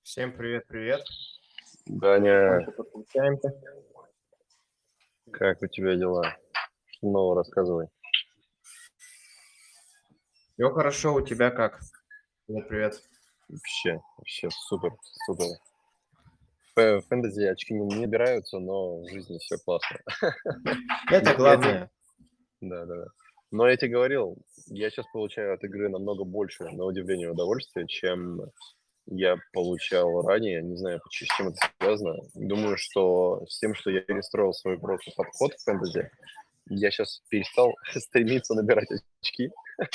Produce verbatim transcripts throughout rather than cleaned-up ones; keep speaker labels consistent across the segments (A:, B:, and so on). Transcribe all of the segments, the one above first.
A: Всем привет, привет.
B: Даня,
A: Только подключаемся.
B: как у тебя дела? Что нового рассказывай.
A: Все хорошо, у тебя как? Привет, привет.
B: Вообще, вообще супер, супер. Фэ- Фэнтези очки не не набираются, но в жизни все классно.
A: Это
B: Я, я те-
A: главное.
B: да, да, да. Но я тебе говорил, я сейчас получаю от игры намного больше, на удивление, удовольствия, чем я получал ранее. Не знаю, поч- с чем это связано. Думаю, что с тем, что я перестроил свой просто подход к фэнтези, я сейчас перестал стремиться набирать очки.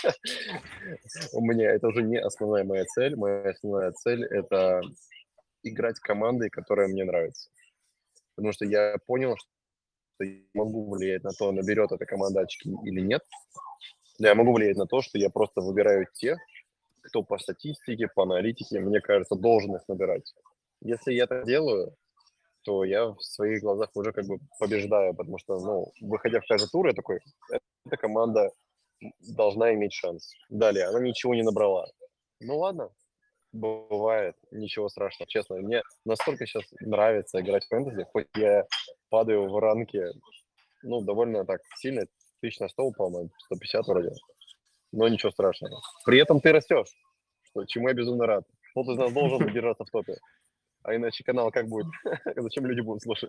B: У меня это уже не основная моя цель. Моя основная цель – это играть командой, которая мне нравится. Потому что я понял, что я могу влиять на то, наберет эта команда очки или нет. Но я могу влиять на то, что я просто выбираю тех, кто по статистике, по аналитике, мне кажется, должен их набирать. Если я это делаю, то я в своих глазах уже как бы побеждаю, потому что, ну, выходя в каждый тур, я такой, эта команда должна иметь шанс. Далее, она ничего не набрала. Ну ладно, бывает, ничего страшного. Честно, мне настолько сейчас нравится играть в фэнтези, хоть я падаю в ранке, ну, довольно так сильно, тысяч на сто упал, на сто пятьдесят вроде, но ничего страшного. При этом ты растешь, что, чему я безумно рад. Кто-то из нас должен держаться в топе, а иначе канал как будет? Зачем люди будут слушать?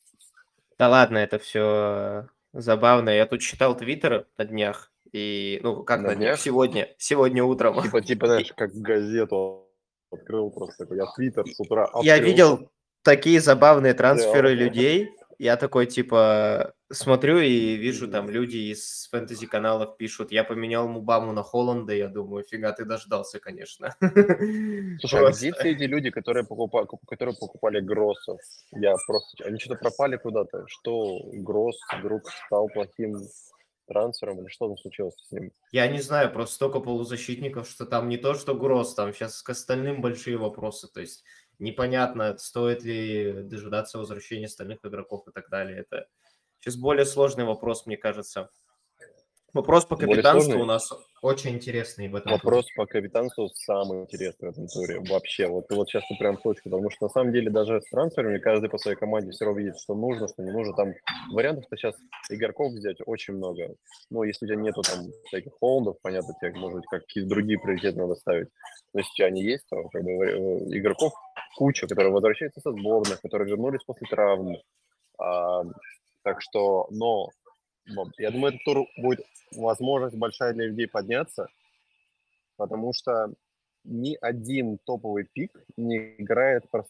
A: Да ладно, это все забавно. Я тут читал твиттер на днях, и, ну, как
B: На
A: на днях,
B: днях,
A: сегодня, сегодня утром.
B: типа, типа, знаешь,
A: И-
B: как газету открыл просто такой, я твиттер с
A: и-
B: утра
A: Я
B: открыл,
A: видел такие забавные трансферы
B: взял.
A: людей. Я такой, типа, смотрю и вижу, там люди из фэнтези-каналов пишут, я поменял Мубаму на Холланда. Я думаю, фига ты дождался, конечно.
B: Слушай, а где
A: Просто.
B: все эти люди, которые, покупа- куп- которые покупали Гроссов? Я просто... Они что-то пропали куда-то. Что Гросс вдруг стал плохим трансфером или что там случилось с ним?
A: Я не знаю, просто столько полузащитников, что там не то, что Гросс, там сейчас к остальным большие вопросы. То есть непонятно, стоит ли дожидаться возвращения остальных игроков и так далее. Это сейчас более сложный вопрос, мне кажется. Вопрос по
B: Более
A: капитанству у
B: сложный?
A: нас очень интересный в этом туре.
B: Вопрос по капитанству самый интересный в этом туре. Вообще, вот, вот сейчас ты прям в точку, потому что на самом деле даже с трансферами каждый по своей команде все равно видит, что нужно, что не нужно. Там вариантов-то сейчас игроков взять очень много. Ну, если у тебя нету там всяких холдов, понятно, тебе, может быть, какие-то другие приоритеты надо ставить. Но если у тебя они есть, то как бы э, игроков куча, которые возвращаются со сборных, которые вернулись после травм. А, так что, но, но я думаю, этот тур будет возможность большая для людей подняться, потому что ни один топовый пик не играет простой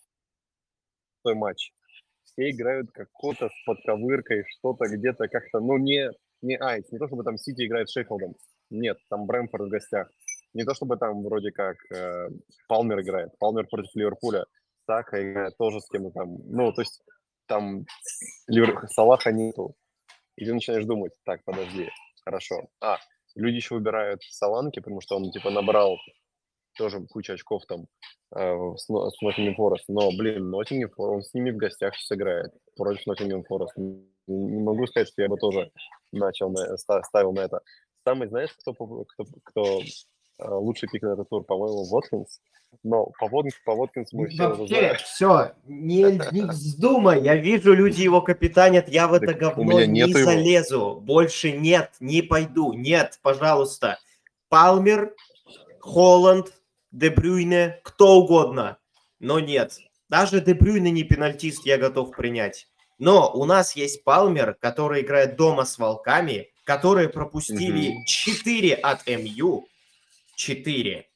B: матч. Все играют какой-то с подковыркой, что-то где-то как-то, ну не, не айс, не то чтобы там Сити играет с Шеффилдом, нет, там Брэмфорд в гостях. Не то чтобы там вроде как э, Палмер играет, Палмер против Ливерпуля, Сака играет тоже с кем-то там, ну то есть там Ливер... Салаха нету. И ты начинаешь думать, так, подожди, хорошо. А, люди еще выбирают Саланки, потому что он типа набрал тоже куча очков там э, с, Но- с Ноттингем Форест. Но, блин, Ноттингем Форест, он с ними в гостях сейчас играет против Ноттингем Форест. Не не могу сказать, что я бы тоже начал на, ста- ставил на это. Самый, знаешь, кто, по- кто, кто э, лучший пик на этот тур, по-моему, Воткинс. Но по, Вот, по Воткинсу мы все уже знаем.
A: Вообще, все, не, не вздумай, я вижу, люди его капитанят, я в это
B: Так у
A: говно
B: меня
A: не
B: нету его.
A: залезу. Больше нет, не пойду, нет, пожалуйста. Палмер, Холланд, Де Брюйне, кто угодно, но нет. Даже Де Брюйне не пенальтист, я готов принять. Но у нас есть Палмер, который играет дома с Волками, которые пропустили
B: Мгм.
A: четыре от МЮ. четыре.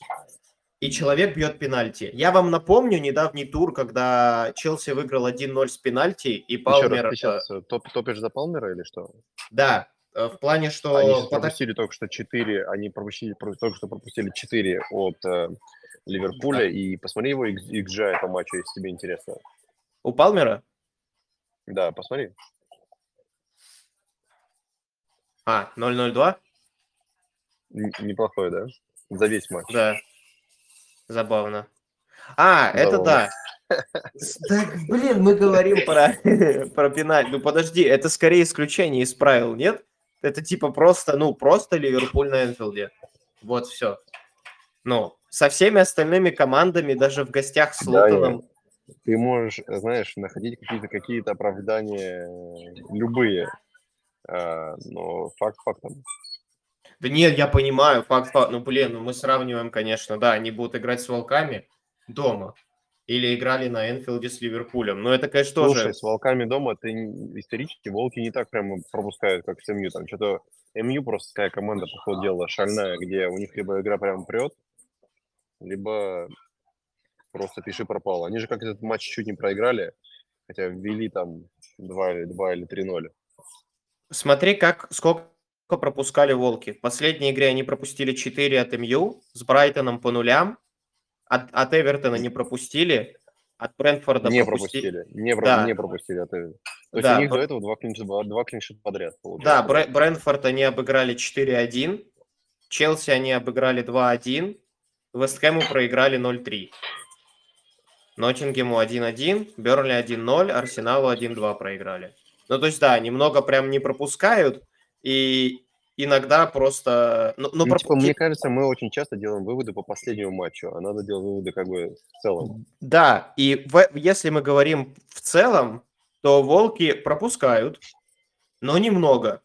A: И человек бьет пенальти. Я вам напомню недавний тур, когда Челси выиграл один ноль с пенальти, и
B: Еще раз, ты
A: Палмер... э,
B: сейчас топ, топишь за Палмера или что?
A: да, э, в плане,
B: Они
A: что...
B: сейчас
A: по так-
B: пропустили только что четыре, они пропустили, про- только что пропустили четыре от э, Ливерпуля,
A: да.
B: и посмотри его икс джи по матчу, если тебе интересно.
A: У Палмера?
B: Да, посмотри.
A: А, ноль ноль два?
B: Н- неплохой, да? За весь матч.
A: Да, забавно. А, это
B: Забавно.
A: да. С- Так, блин, мы говорим про, про пенальти. Ну, подожди, это скорее исключение из правил, нет? Это типа просто, ну, просто Ливерпуль на Энфилде. Вот все. Ну, со всеми остальными командами, даже в гостях с
B: Да,
A: Лутоном.
B: ты можешь, знаешь, находить какие-то какие-то оправдания, э, любые, а, но факт фактом.
A: Да нет, я понимаю, факт, факт. Ну, блин, ну мы сравниваем, конечно, да, они будут играть с Волками дома. Или играли на Энфилде с Ливерпулем. Но это, конечно,
B: Слушай,
A: тоже...
B: с волками дома ты н- исторически волки не так прямо пропускают, как с МЮ. Там что-то МЮ просто такая команда, по ходу дела, шальная, где у них либо игра прям прет, либо просто пиши пропало. Они же как этот матч чуть не проиграли, хотя ввели там два или два или три ноль.
A: Смотри, как, сколько пропускали Волки. В последней игре они пропустили четыре от МЮ, с Брайтоном по нулям, от, от Эвертона не пропустили, от Брентфорда
B: Не
A: пропустили.
B: пропустили, не, про- не
A: Да,
B: пропустили. Это... То есть у
A: да,
B: них до
A: Бр-
B: этого два клиншита, два, два клиншита подряд,
A: да,
B: получается, да?
A: Бре- Брентфорд они обыграли четыре один, Челси они обыграли два один, Вест Хэму проиграли ноль три. Ноттингему один один, Бернли один ноль, Арсеналу один два проиграли. Ну, то есть, да, немного прям не пропускают, и иногда просто... Ну, ну,
B: Ну,
A: пропу-
B: типа, мне
A: ки-
B: кажется, мы очень часто делаем выводы по последнему матчу, а надо делать выводы как бы в целом.
A: Да, и в- если мы говорим в целом, то Волки пропускают, но немного.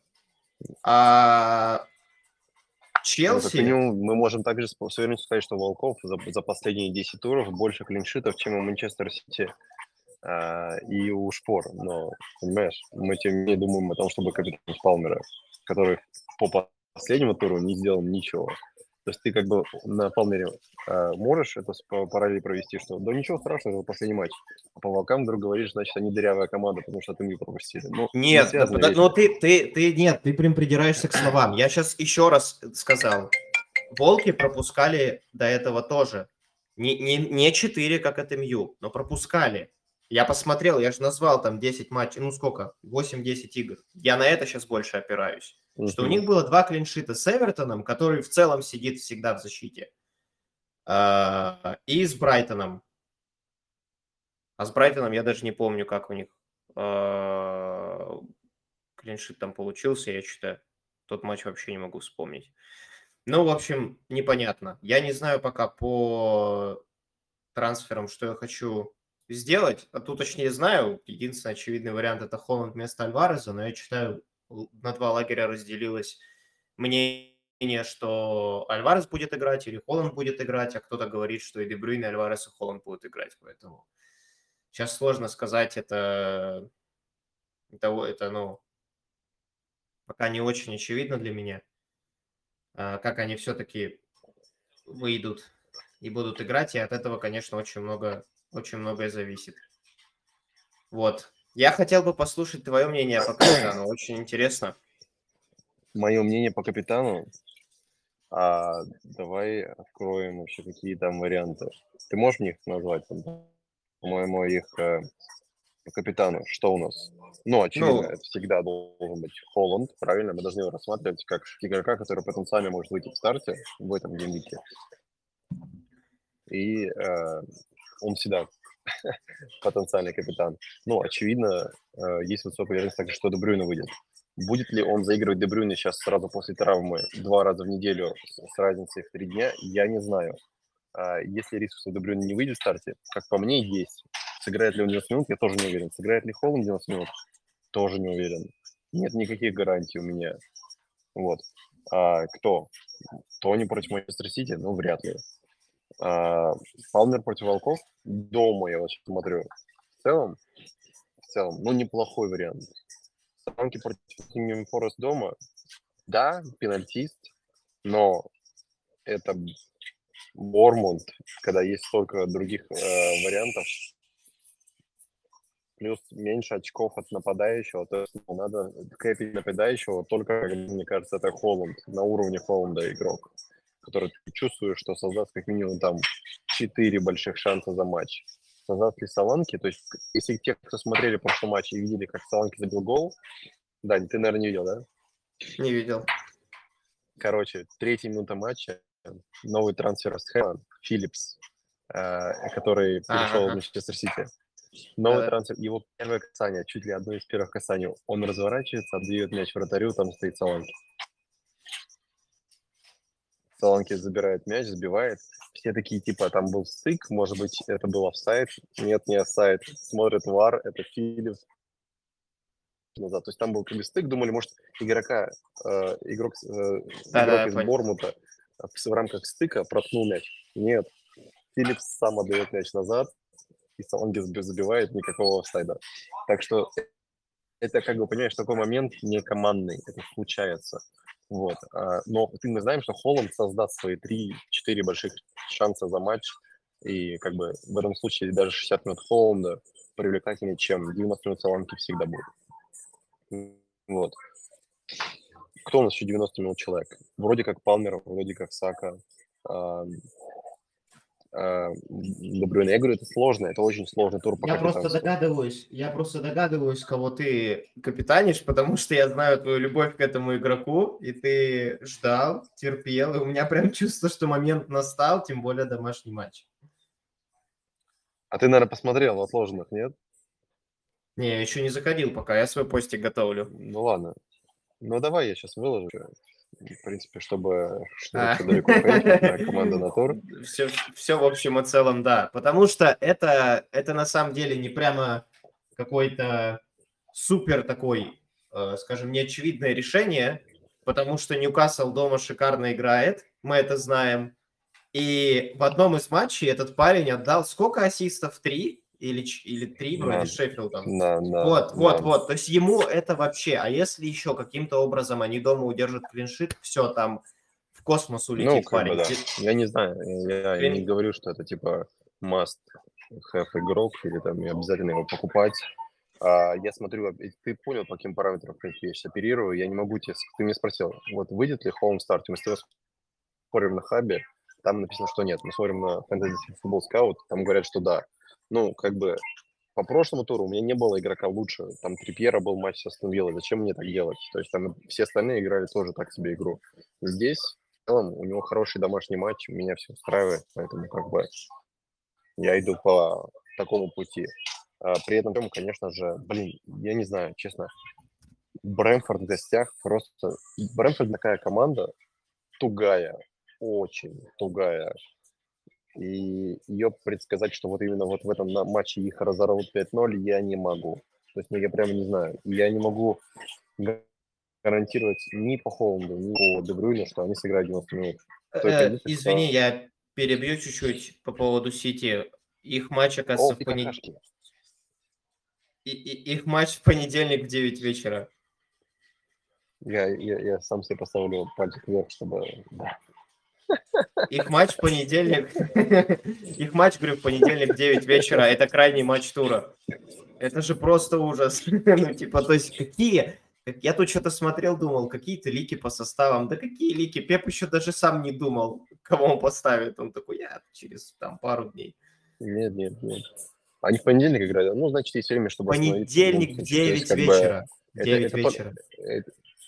A: А
B: Ну, как
A: Челси...
B: минимум, мы можем также с с уверенностью сказать, что у Волков за, за последние десять туров больше клиншитов, чем у Манчестер Сити а, и у Шпор. Но, понимаешь, мы тем не менее думаем о том, чтобы капитан Палмера, который по последнему туру не сделал ничего. То есть ты как бы на Палмере а, можешь это с- по параллели провести, что да ничего страшного, это последний матч. А по Волкам вдруг говоришь, значит, они дырявая команда, потому что ты не пропустили. Ну, не
A: Нет, да,
B: связаны
A: пода-
B: вещи.
A: но ты, ты, ты, нет, ты прям придираешься к словам. Я сейчас еще раз сказал. Волки пропускали до этого тоже. Не, не, не четыре, как от МЮ, но пропускали. Я посмотрел, я же назвал там десять матчей, ну сколько, восемь-десять игр. Я на это сейчас больше опираюсь. Что у
B: Мгм.
A: них было два клиншита с Эвертоном, который в целом сидит всегда в защите. А, И с Брайтоном. А с Брайтоном я даже не помню, как у них а, клиншит там получился. Я что-то тот матч вообще не могу вспомнить. Ну, в общем, непонятно. Я не знаю пока по трансферам, что я хочу сделать. А тут, точнее, знаю. Единственный очевидный вариант – это Холланд вместо Альвареза, но я читаю, л- на два лагеря разделилось мнение, что Альварес будет играть или Холланд будет играть, а кто-то говорит, что и Де Брюйн, и Альварес, и Холланд будут играть. Поэтому сейчас сложно сказать, это, это, это ну, пока не очень очевидно для меня, а, как они все-таки выйдут и будут играть, и от этого, конечно, очень много, очень многое зависит. Вот. Я хотел бы послушать твое мнение по капитану. Очень интересно.
B: Мое мнение по капитану. А давай откроем вообще, какие там варианты. Ты можешь мне их назвать? Там, по-моему, их э, по капитану. Что у нас? Ну, очевидно,
A: Ну,
B: это всегда должен быть Холланд, правильно? Мы должны его рассматривать как игрока, который потенциально может выйти в старте в этом геймвике. И э, он всегда потенциальный капитан. Ну, очевидно, э, есть высокая вероятность также, что Де Брюйне выйдет. Будет ли он заигрывать Де Брюйне сейчас сразу после травмы два раза в неделю с, с разницей в три дня, я не знаю. А если риск, что Де Брюйне не выйдет в старте, как по мне, есть. Сыграет ли он девяносто минут, я тоже не уверен. Сыграет ли Холланд девяносто минут, тоже не уверен. Нет никаких гарантий у меня. Вот. А кто? Тони против Манчестер Сити? Ну, вряд ли. А, Палмер против Волков? Дома я вот сейчас смотрю. В целом, в целом, ну, неплохой вариант. Соланки против Ноттингем Форест дома? Да, пенальтист, но это Бормунд, когда есть столько других э, вариантов, плюс меньше очков от нападающего, то есть ну, надо кэпить нападающего, только, как мне кажется, это Холланд, на уровне Холланда игрок, который ты чувствуешь, что создаст как минимум там четыре больших шанса за матч. Создаст ли Соланки, то есть если те, кто смотрели прошлый матч и видели, как Соланки забил гол, Дань, ты, наверное, не видел, да?
A: не видел.
B: Короче, третья минута матча, новый трансфер с Хэма, Филлипс, э, который
A: А,
B: перешел в
A: ага.
B: Манчестер Сити. Новый
A: Да-да.
B: трансфер, его первое касание, чуть ли одно из первых касаний. Он разворачивается, отдает мяч вратарю, там стоит Соланки. Соланки забирает мяч, забивает. все такие, типа, там был стык, может быть, это был офсайд. Нет, не офсайд. Смотрят вар, это Филлипс назад. То есть там был как бы стык, думали, может, игрока, э, игрок, э,
A: Да-да,
B: игрок
A: я
B: из
A: понял.
B: Бормута в, в рамках стыка проткнул мяч. Нет, Филлипс сам отдает мяч назад, и Салангис забивает, никакого офсайда. Так что это, как бы, понимаешь, такой момент не командный, это случается. Вот. А, но ты мы знаем, что Холланд создаст свои три-четыре больших шанса за матч, и как бы в этом случае даже шестьдесят минут Холланда привлекательнее, чем девяносто минут Саланки всегда будет. Вот. Кто у нас еще девяносто минут человек? Вроде как Палмер, вроде как Сака, а, а, Де Брюйне. Я говорю, это сложно, это очень сложный тур по
A: Я просто
B: капитанству.
A: догадываюсь, я просто догадываюсь, кого ты капитанишь, потому что я знаю твою любовь к этому игроку, и ты ждал, терпел, и у меня прям чувство, что момент настал, тем более домашний матч.
B: А ты, наверное, посмотрел в отложенных, нет?
A: Не, я еще не заходил пока, я свой постик готовлю.
B: Ну ладно. Ну давай я сейчас выложу. В принципе, чтобы что
A: А.
B: еще далеко поехать на команду на тур.
A: Все, все в общем и целом, да. Потому что это, это на самом деле не прямо какой-то супер такой, э, скажем, неочевидное решение, потому что Ньюкасл дома шикарно играет, мы это знаем. И в одном из матчей этот парень отдал сколько ассистов? Три? Или, ч- или три вроде
B: На,
A: с Шеффилдом.
B: на, на,
A: Вот, вот,
B: на.
A: вот. То есть ему это вообще... А если еще каким-то образом они дома удержат клиншит, все, там в космос
B: Ну,
A: улетит
B: как бы
A: парень.
B: да.
A: Клин-
B: Я не знаю, я, я не
A: клин-
B: говорю, что это типа must have игрок или там и обязательно его покупать. А, я смотрю, а, ты понял, по каким параметрам, в принципе, я сейчас оперирую. Я не могу тебе... Ты мне спросил, вот выйдет ли Home Start? Мы с тобой смотрим на хабе, там написано, что нет. Мы смотрим на Fantasy Football Scout, там говорят, что да. Ну, как бы по прошлому туру у меня не было игрока лучше. Там Трипьера был матч с Астон Виллой. Зачем мне так делать? То есть там все остальные играли тоже так себе игру. Здесь в целом у него хороший домашний матч, меня все устраивает, поэтому как бы я иду по такому пути. А, при этом, конечно же, блин, я не знаю, честно, Брэмфорд в гостях просто... Брэмфорд такая команда тугая, очень тугая. И ее предсказать, что вот именно вот в этом на- матче их разорвут пять ноль, я не могу. То есть, ну, я прямо не знаю. Я не могу га- гарантировать ни по Холланду, ни по Де Брюйне, что они сыграют девяносто минут. Только
A: Э,
B: единственное,
A: Извини,
B: что...
A: я перебью чуть-чуть по поводу Сити. Их матч,
B: О,
A: оказывается, в
B: ты
A: понедельник.
B: какашки.
A: Их матч в понедельник в девять вечера.
B: Я, я, я сам себе поставлю пальчик вверх, чтобы... Да.
A: Их матч в понедельник. Их матч, говорю, в понедельник в девять вечера. Это крайний матч тура. Это же просто ужас. Ну, типа, то есть какие... как- Я тут что-то смотрел, думал, какие-то лики по составам. Да какие лики? Пеп еще даже сам не думал, кого он поставит. Он такой, я через там пару дней.
B: Нет, нет, нет. Они в понедельник играют. Ну, значит, есть время, чтобы остановиться в любом
A: Понедельник в
B: случае. То есть,
A: девять
B: как бы,
A: вечера. В
B: это,
A: девять
B: это, по-
A: вечера.
B: это,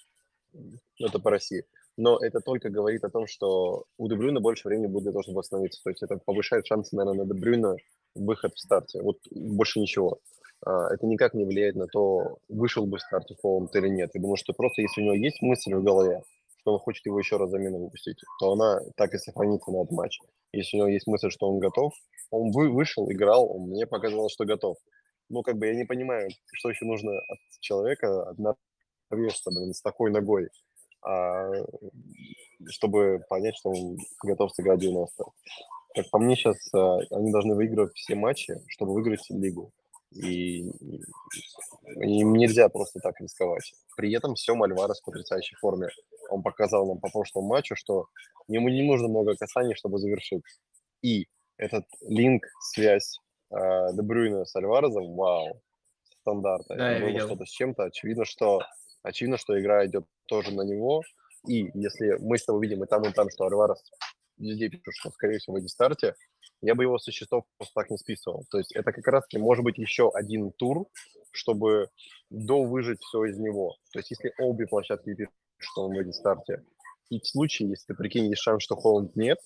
B: ну, это по России. Но это только говорит о том, что у Де Брюйна больше времени будет для того, чтобы восстановиться. То есть это повышает шансы, наверное, на Де Брюйна выход в старте. Вот больше ничего. А, Это никак не влияет на то, вышел бы в старте Холланд или нет. Я думаю, что просто если у него есть мысль в голове, что он хочет его еще раз замену выпустить, то она так и сохранится на этот матч. Если у него есть мысль, что он готов, он вы, вышел, играл, он мне показывал, что готов. Ну, как бы я не понимаю, что еще нужно от человека, от норвежца, блин, с такой ногой, а, чтобы понять, что он готов сыграть девяносто. Как по мне, сейчас а, они должны выигрывать все матчи, чтобы выиграть лигу. И, и им нельзя просто так рисковать. При этом все Альварес в потрясающей форме. Он показал нам по прошлому матчу, что ему не нужно много касаний, чтобы завершить. И этот линк, связь э, Де Брюйна с Альварезом, вау, стандарта.
A: Да,
B: Это
A: я
B: было
A: видел.
B: что-то с чем-то. Очевидно, что очевидно, что игра идет тоже на него. И если мы с тобой видим и там, и там, что Альварес везде пишут, что, скорее всего, выйдет в старте, я бы его со счетов просто так не списывал. То есть это как раз-таки может быть еще один тур, чтобы довыжить все из него. То есть если обе площадки пишут, что он выйдет в старте, и в случае, если ты прикинь, есть шанс, что Холланд нет,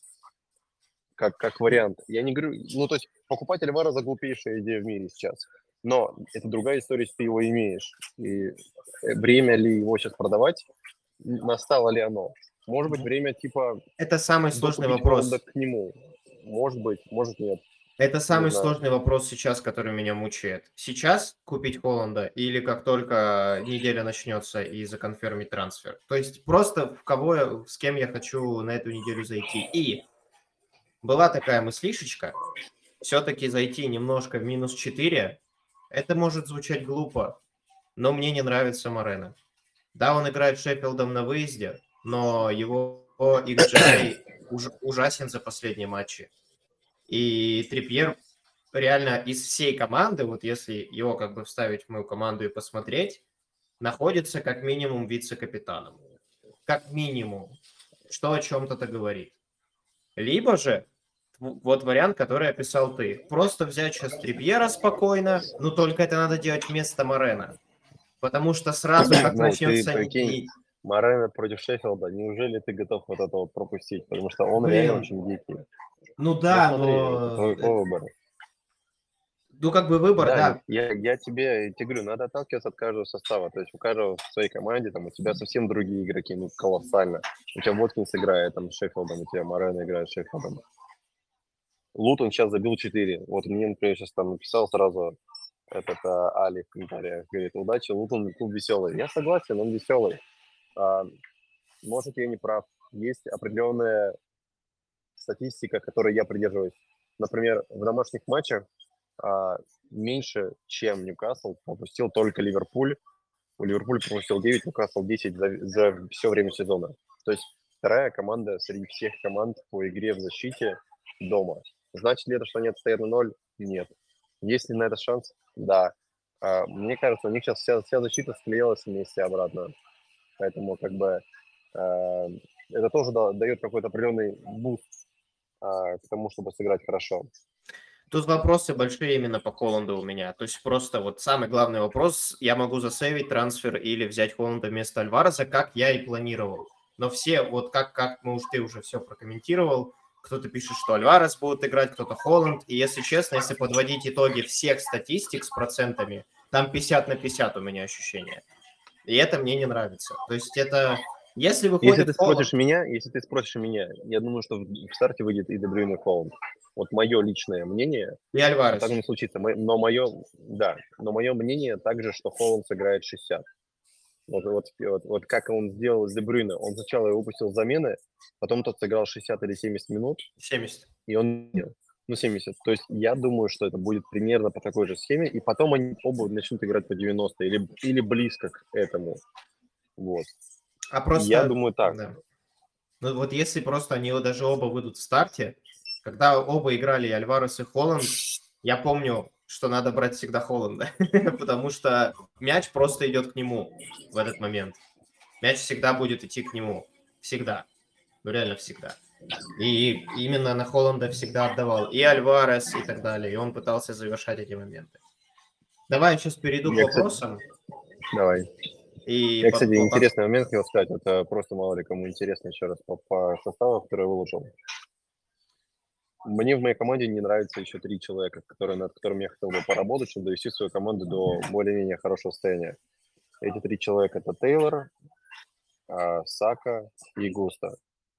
B: как, как вариант. Я не говорю, ну, то есть покупать Альвареса глупейшая идея в мире сейчас. Но это другая история, если ты его имеешь. И время ли его сейчас продавать, настало ли оно? Может быть, время типа
A: Это самый сложный
B: докупить Холланда
A: вопрос.
B: к нему. может быть, может нет.
A: Это самый
B: знаю.
A: сложный вопрос сейчас, который меня мучает. Сейчас купить Холланда или как только неделя начнется и законфермить трансфер? То есть просто в кого, я- с кем я хочу на эту неделю зайти. И была такая мыслишечка, все-таки зайти немножко в минус четыре. Это может звучать глупо, но мне не нравится Морено. Да, он играет с Шеффилдом на выезде, но его икс джи уж- ужасен за последние матчи. И Трипьер реально из всей команды, вот если его как бы вставить в мою команду и посмотреть, находится как минимум вице-капитаном. Как минимум. Что о чем-то-то говорит. Либо же, в- вот вариант, который описал ты. Просто взять сейчас Трипьера спокойно, но только это надо делать вместо Морена. Потому что сразу, как
B: Ну, ты
A: начнется...
B: прикинь,
A: не-
B: Морено против Шеффилда, неужели ты готов вот это вот пропустить? Потому что он реально
A: Блин,
B: очень дикий.
A: ну
B: Ну
A: да,
B: смотри, это
A: но...
B: твой,
A: э,
B: твой выбор.
A: Ну, как бы выбор,
B: Да,
A: да.
B: я, я тебе, я тебе говорю, надо отталкиваться от каждого состава. То есть у каждого в своей команде, там, у тебя совсем другие игроки, ну, колоссально. У тебя Воткинс играет там с Шеффилдом, у тебя Морено играет с Шеффилдом. Лутон сейчас забил четыре. Вот мне, например, сейчас там написал сразу этот а, Али в комментариях, говорит, удачи, Лутон клуб веселый. Я согласен, он веселый. А, может, я не прав. Есть определенная статистика, которой я придерживаюсь. Например, в домашних матчах а, меньше, чем Ньюкасл, пропустил только Ливерпуль. У Ливерпуля пропустил девять, Ньюкасл десять за, за все время сезона. То есть вторая команда среди всех команд по игре в защите дома. Значит ли это, что они отстоят на ноль? Нет. Есть ли на это шанс? Да. А, мне кажется, у них сейчас вся, вся защита склеилась вместе обратно. Поэтому как бы а, это тоже да- дает какой-то определенный буст а, к тому, чтобы сыграть хорошо.
A: Тут вопросы большие именно по Холланду у меня. То есть просто вот самый главный вопрос, я могу засейвить трансфер или взять Холланда вместо Альвареса, как я и планировал. Но все, вот как, как мы уж ты уже все прокомментировал, кто-то пишет, что Альварес будет играть, кто-то Холланд. И если честно, если подводить итоги всех статистик с процентами, там пятьдесят на пятьдесят у меня ощущение. И это мне не нравится. То есть это, если
B: Если
A: выходит
B: ты
A: Холланд,
B: спросишь меня, если ты спросишь меня, я думаю, что в, в старте выйдет и Де Брюйн, и Холланд. Вот мое личное мнение,
A: и
B: а так
A: Альварес.
B: не случится. Мо- Но мое, да, но мое мнение также, что Холланд сыграет шестьдесят. Вот, вот, вот, вот как он сделал с Де Брюйне. Он сначала его выпустил с замены, потом тот сыграл шестьдесят или семьдесят минут,
A: семьдесят.
B: и он... Ну, семьдесят. То есть я думаю, что это будет примерно по такой же схеме, и потом они оба начнут играть по девяносто или, или близко к этому. Вот.
A: А
B: Я
A: просто,
B: думаю так.
A: да. Ну вот если просто они вот даже оба выйдут в старте, когда оба играли и Альварес и Холланд, я помню, что надо брать всегда Холланда, потому что мяч просто идет к нему в этот момент. Мяч всегда будет идти к нему. Всегда. Ну реально всегда. И именно на Холланда всегда отдавал и Альварес и так далее. И он пытался завершать эти моменты. Давай я сейчас перейду к
B: Я, кстати,
A: вопросам.
B: давай.
A: И
B: Я,
A: по-
B: кстати,
A: по- по-
B: интересный момент хотел сказать. Это просто мало ли кому интересно еще раз по, по составу, который я выложил. Мне в моей команде не нравится еще три человека, которые, над которыми я хотел бы поработать, чтобы довести свою команду до более-менее хорошего состояния. Эти три человека – это Тейлор, а, Сака и Густа.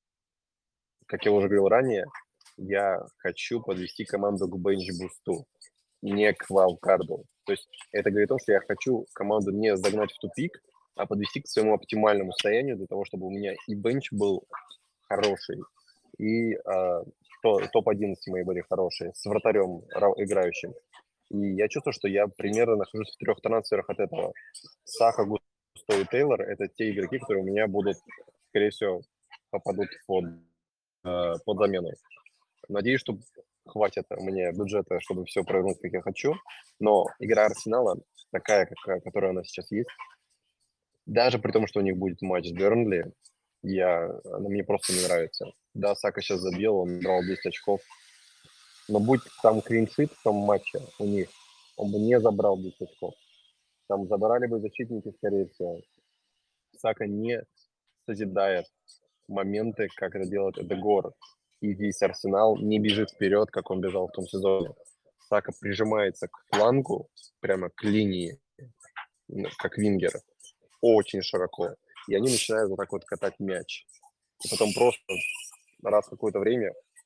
B: Как я уже говорил ранее, я хочу подвести команду к бенч-бусту, не к вайлдкарду. То есть это говорит о том, что я хочу команду не загнать в тупик, а подвести к своему оптимальному состоянию для того, чтобы у меня и бенч был хороший, и а, то- топ одиннадцать мои были хорошие, с вратарем ра- играющим. И я чувствую, что я примерно нахожусь в трех трансферах от этого. Саха, Густо и Тейлор – это те игроки, которые у меня будут, скорее всего, попадут под, э, под замену. Надеюсь, что хватит мне бюджета, чтобы все провернуть, как я хочу. Но игра Арсенала такая, какая, которая она сейчас есть, даже при том, что у них будет матч с Бернли, я, она мне просто не нравится. Да, Сака сейчас забил, он брал десять очков. Но будь там клиншит в том матче у них, он бы не забрал десять очков. Там забрали бы защитники, скорее всего. Сака не созидает моменты, как это делает Эдегор. И весь Арсенал не бежит вперед, как он бежал в том сезоне. Сака прижимается к флангу, прямо к линии, как вингер, очень широко. И они начинают вот так вот катать мяч. И потом просто раз в какое-то время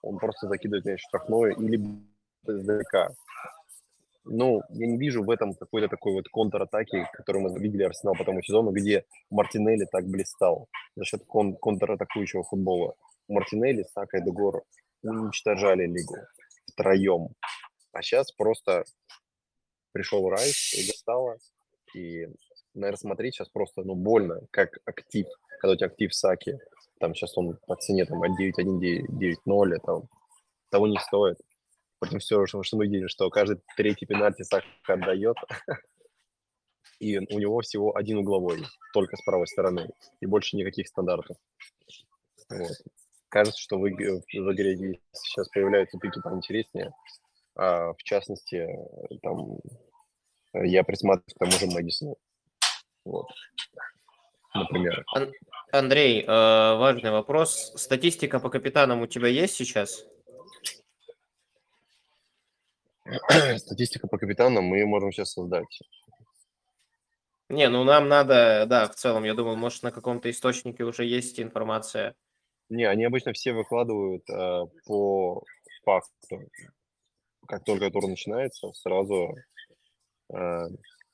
B: он просто закидывает мяч в штрафную или издалека. Ну, я не вижу в этом какой-то такой вот контратаки, которую мы видели Арсенал по тому сезону, где Мартинелли так блистал за счет кон- контратакующего футбола. Мартинелли, Сака и Дегор уничтожали лигу втроем. А сейчас просто пришел Райс и достало. И, наверное, смотреть сейчас просто, ну, больно, как актив. Когда у тебя актив Саки, там сейчас он по цене там от девять один девять ноль, там того не стоит. Потом все, что, что мы видим, что каждый третий пенальти Сака отдает, и у него всего один угловой, только с правой стороны, и больше никаких стандартов. Вот. Кажется, что в, иг- в игре сейчас появляются пики поинтереснее. А, в частности, там, я присматриваюсь к тому же Мэдисону. Вот, например.
A: Ан- Андрей, э, важный вопрос. Статистика по капитанам у тебя есть сейчас?
B: Статистика по капитанам мы можем сейчас создать.
A: Не, ну нам надо, да, в целом, я думаю, может, на каком-то источнике уже есть информация.
B: Не, они обычно все выкладывают э, по факту. Как только тур начинается, сразу... э,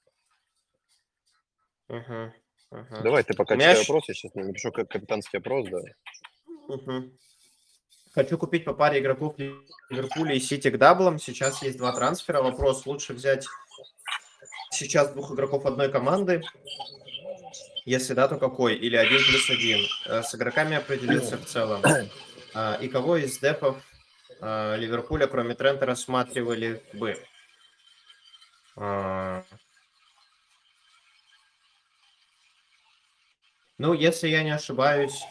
A: Мгм, мгм.
B: Давай, ты пока
A: У меня
B: читай
A: щ-
B: вопрос, я сейчас напишу как капитанский опрос, да.
A: Мгм. Хочу купить по паре игроков Ливерпуля и Сити к даблам. Сейчас есть два трансфера. Вопрос, лучше взять сейчас двух игроков одной команды? Если да, то какой? Или один плюс один? Э, С игроками определился в целом. А, И кого из депов а, Ливерпуля, кроме Трента, рассматривали бы? А, Ну, если я не ошибаюсь,